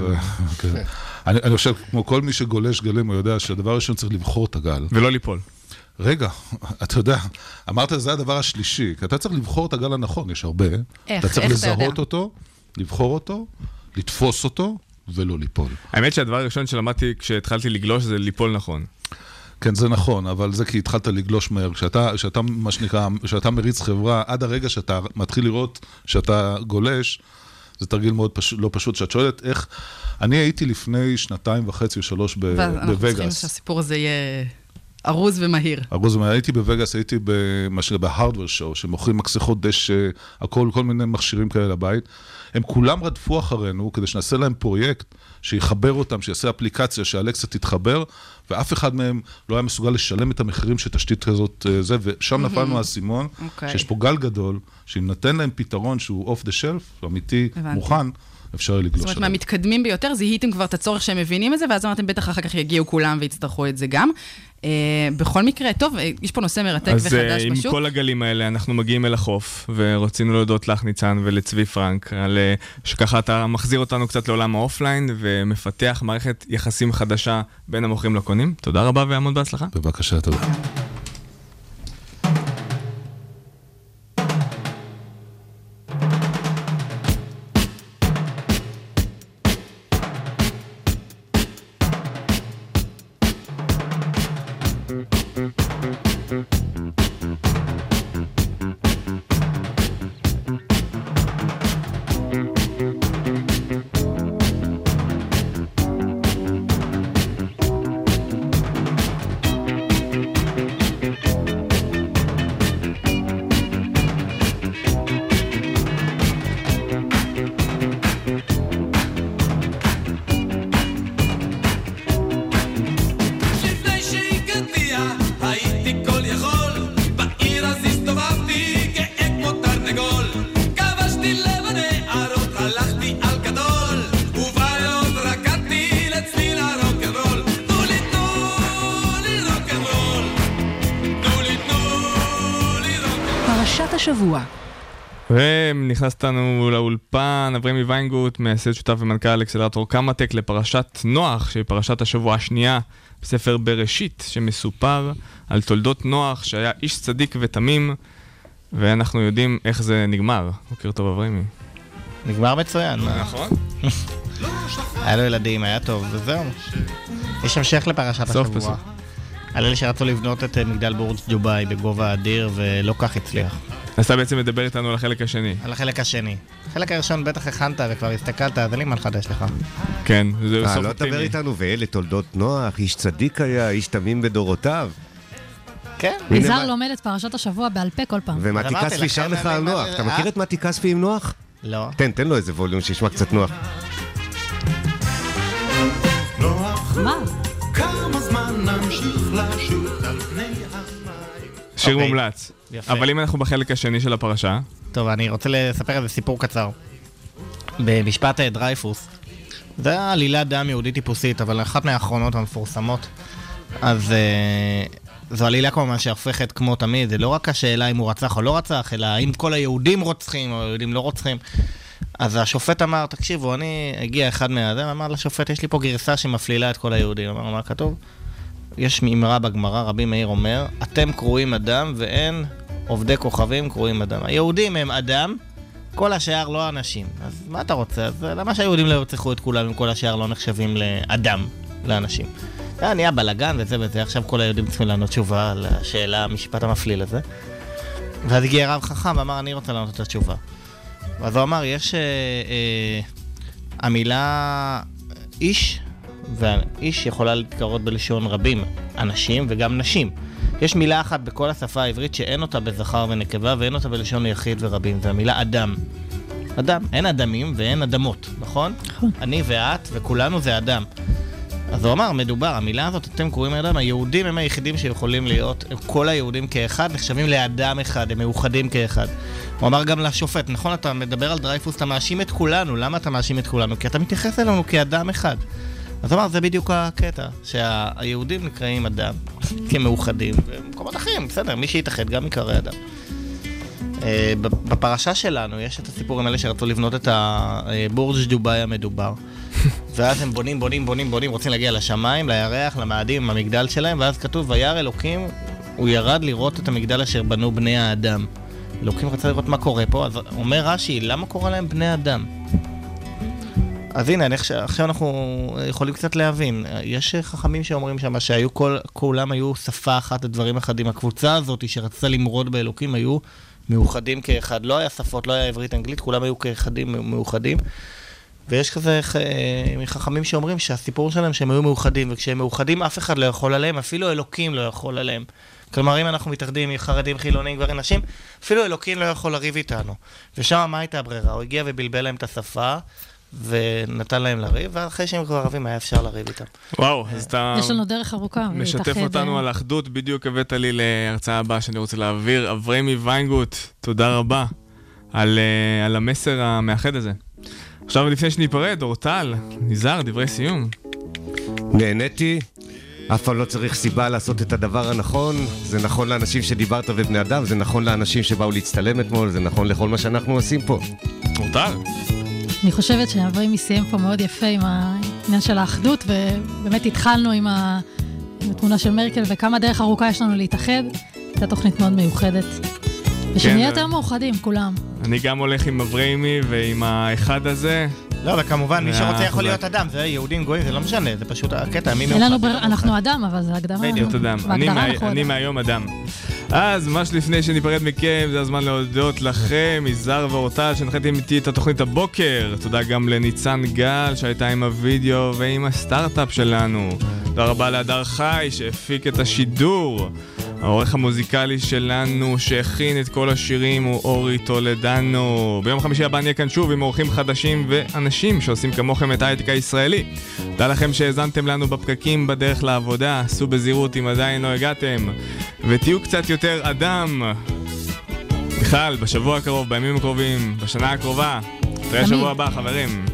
S19: אני, אני חושב, כמו כל מי שגולש גלים, הוא יודע שהדבר הראשון צריך לבחור את הגל.
S2: ולא ליפול.
S19: רגע, אתה יודע, אמרת, זה הדבר השלישי, כי אתה צריך לבחור את הגל הנכון, יש הרבה.
S14: איך?
S19: אתה צריך לזהות אותו, לבחור אותו, לתפוס אותו, ולא ליפול.
S2: האמת שהדבר הראשון שלמדתי כשהתחלתי לגלוש זה ליפול נכון.
S19: כן, זה נכון, אבל זה כי התחלת לגלוש מהר. כשאתה, כשאתה, מה שנקרא, כשאתה מריץ חברה, עד הרגע שאתה מתחיל לראות שאתה גולש, זה תרגיל מאוד פשוט, לא פשוט, שאת שואלת איך... אני הייתי לפני שנתיים וחצי ושלוש בווגאס.
S14: ואנחנו צריכים שהסיפור הזה יהיה ארוז ומהיר.
S19: ארוז ומהיר. הייתי בווגאס, הייתי במה שנקרא בהארדוור שואו, שמוכרים מקסחות דשא, הכל, כל מיני מכשירים כאלה לבית. הם כולם רדפו אחרינו כדי שנעשה להם פרויקט שיחבר אותם, שיעשה אפליקציה, שאלקסה תתחבר, ואף אחד מהם לא היה מסוגל לשלם את המחירים שתשתית כזאת זה, ושם נפלנו הסימון, שיש פה גל גדול, שאם נתן להם פתרון שהוא off the shelf, אמיתי, מוכן, אפשר לגלוש.
S14: זאת אומרת, מהמתקדמים ביותר, זיהיתם כבר את הצורך שהם מבינים את זה, ואז אמרתם, בטח אחר כך יגיעו כולם ויצטרכו את זה גם. בכל מקרה, טוב, יש פה נושא מרתק וחדש
S2: בשוק. אז עם כל הגלים האלה, אנחנו מגיעים אל החוף, ורצינו להודות לך, ניצן, ולצבי פרנק, על שככה אתה מחזיר אותנו קצת לעולם האופליין, ומפתח מערכת יחסים חדשה בין המוכרים לקונים. תודה רבה והמון בהצלחה.
S19: בבקשה, תודה.
S1: פרשת השבוע.
S2: ונכנס לנו לאולפן אברמי ויינגוט, מייסד שותף ומנכ"ל אקסלרטור קמא-טק, לפרשת נוח, שהיא פרשת השבוע השנייה בספר בראשית, שמסופר על תולדות נוח, שהיה איש צדיק ותמים, ואנחנו יודעים איך זה נגמר. בוקר טוב אברמי.
S20: נגמר מצוין.
S2: נכון.
S20: היה לו ילדים, היה טוב, וזהו. יש המשך לפרשת השבוע. על אלה שרצו לבנות את מגדל בורג' דובאי בגובה אדיר, ולא כך הצליח.
S2: אז אתה בעצם מדבר איתנו על החלק השני.
S20: על החלק השני. החלק הראשון בטח הכנת וכבר הסתכלת, אז אין לי מה לחדש לך.
S2: כן, זה
S3: בסוף
S2: אופטימי.
S3: לא תדבר איתנו, ואלה תולדות נוח, איש צדיק היה, איש תמים בדורותיו.
S20: כן.
S15: יזהר לומד את פרשת השבוע בעל פה כל פעם.
S3: ומתי כספי שר לך על נוח? אתה מכיר את מתי כספי עם נוח?
S20: לא.
S3: תן, תן לו איזה ווליום שישמע קצת נוח.
S15: מה?
S1: כמה זמן נמשיך לשוט על פני המים.
S2: שיר מומלץ. אבל אם אנחנו בחלק השני של הפרשה...
S20: טוב, אני רוצה לספר איזה סיפור קצר. במשפט דרייפוס. זה היה עלילת דם יהודית טיפוסית, אבל אחת מהאחרונות המפורסמות. אז זו עלילה כמובן שהפכת כמו תמיד. זה לא רק השאלה אם הוא רצח או לא רצח, אלא אם כל היהודים רוצחים או היהודים לא רוצחים. אז השופט אמר, תקשיבו, אני הגיע אחד מהזה, ואמר לשופט, יש לי פה גרסה שמפלילה את כל היהודים. אמר, מה כתוב? יש מאמרה בגמרא, רבי מאיר אומר, אתם קרואים אדם ואין עובדי כוכבים קרואים אדם. היהודים הם אדם, כל השאר לא אנשים. אז מה אתה רוצה? אז למה שהיהודים לא ירצחו את כולם אם כל השאר לא נחשבים לאדם, לאנשים? זה נהיה בלגן וזה וזה, עכשיו כל היהודים צריכים לענות תשובה על השאלה, המשפט המפליל הזה. ואז הגיע רב חכם ואמר, אני רוצה לענות את התשובה. ואז הוא אמר, יש אה, אה, המילה איש, ואיש יכולה להתקרות בלשון רבים, אנשים וגם נשים. יש מילה אחת בכל השפה העברית שאין אותה בזכר ונקבה, ואין אותה בלשון יחיד ורבים, זה המילה אדם. אדם, אין אדמים ואין אדמות, נכון? נכון. אני ואת וכולנו זה אדם. אז הוא אמר, מדובר, המילה הזאת, אתם קוראים אדם, היהודים הם היחידים שיכולים להיות, כל היהודים כאחד, נחשבים לאדם אחד, הם מאוחדים כאחד. הוא אמר גם לשופט, נכון, אתה מדבר על דרייפוס, אתה מאשים את כולנו, למה אתה מאשים את כולנו? כי אתה מתייחס אלינו כאדם אחד. אז הוא אמר, זה בדיוק הקטע, שהיהודים נקראים אדם, כמאוחדים, ומקומות אחרים, בסדר, מי שיתאחד גם יקרא אדם. בפרשה שלנו יש את הסיפורים האלה שרצו לבנות את הבורג' דובאי המדובר. ואז הם בונים, בונים, בונים, בונים, רוצים להגיע לשמיים, לירח, למאדים, המגדל שלהם, ואז כתוב, וירא אלוקים, הוא ירד לראות את המגדל אשר בנו בני האדם. אלוקים רצה לראות מה קורה פה, אז אומר רש"י, למה קורא להם בני אדם? אז הנה, עכשיו אנחנו יכולים קצת להבין. יש חכמים שאומרים שמה שהיו כל, כולם היו שפה אחת, דברים אחדים. הקבוצה הזאת שרצתה למרוד באלוקים היו מאוחדים כאחד. לא היה שפות, לא היה עברית אנגלית, כולם היו כאחדים מאוחדים. ויש כזה חכמים שאומרים שהסיפור שלהם שהם היו מאוחדים, וכשהם מאוחדים אף אחד לא יכול עליהם, אפילו אלוקים לא יכול עליהם. כלומר, אם אנחנו מתאחדים, חרדים, חילונים, גברים, נשים, אפילו אלוקים לא יכול לריב איתנו. ושם מה הייתה הברירה? הוא הגיע ובלבל להם את השפה, ונתן להם לריב, ואחרי שהם כבר רבים היה אפשר לריב איתם.
S2: וואו, אז אתה...
S15: יש לנו דרך ארוכה.
S2: משתף אותנו על אחדות, בדיוק הבאת לי להרצאה הבאה שאני רוצה להעביר. אברמי ויינגוט, תודה רבה על, על המסר המאחד הזה. עכשיו לפני שניפרד, אורטל, נזהר, דברי סיום.
S3: נהניתי, אף פעם לא צריך סיבה לעשות את הדבר הנכון, זה נכון לאנשים שדיברת ובני אדם, זה נכון לאנשים שבאו להצטלם אתמול, זה נכון לכל מה שאנחנו עושים פה.
S2: אורטל.
S15: אני חושבת שאברמי סיים פה מאוד יפה עם העניין של האחדות, ובאמת התחלנו עם, ה... עם התמונה של מרקל, וכמה דרך ארוכה יש לנו להתאחד. הייתה תוכנית מאוד מיוחדת. ושנהיה יותר מאוחדים, כולם.
S2: אני גם הולך עם אברמי ועם האחד הזה.
S20: לא, וכמובן, מי שרוצה יכול להיות אדם, זה יהודים גויים, זה לא משנה, זה פשוט הקטע, מי מאוחד.
S15: אנחנו אדם, אבל זה הגדרה.
S2: בדיוק, אדם. אני מהיום אדם. אז ממש לפני שניפרד מכם, זה הזמן להודות לכם, יזהר ואורטל, שנחתם איתי את התוכנית הבוקר. תודה גם לניצן גל, שהייתה עם הוידאו ועם הסטארט-אפ שלנו. תודה רבה להדר חי, שהפיק את השידור. העורך המוזיקלי שלנו שהכין את כל השירים הוא אורי טולדנו. ביום חמישי הבא נהיה כאן שוב עם אורחים חדשים ואנשים שעושים כמוכם את ההייטק הישראלי. תודה לכם שהזנתם לנו בפקקים בדרך לעבודה, עשו בזהירות אם עדיין לא הגעתם, ותהיו קצת יותר אדם בכלל בשבוע הקרוב, בימים הקרובים, בשנה הקרובה. תראה שבוע הבא חברים.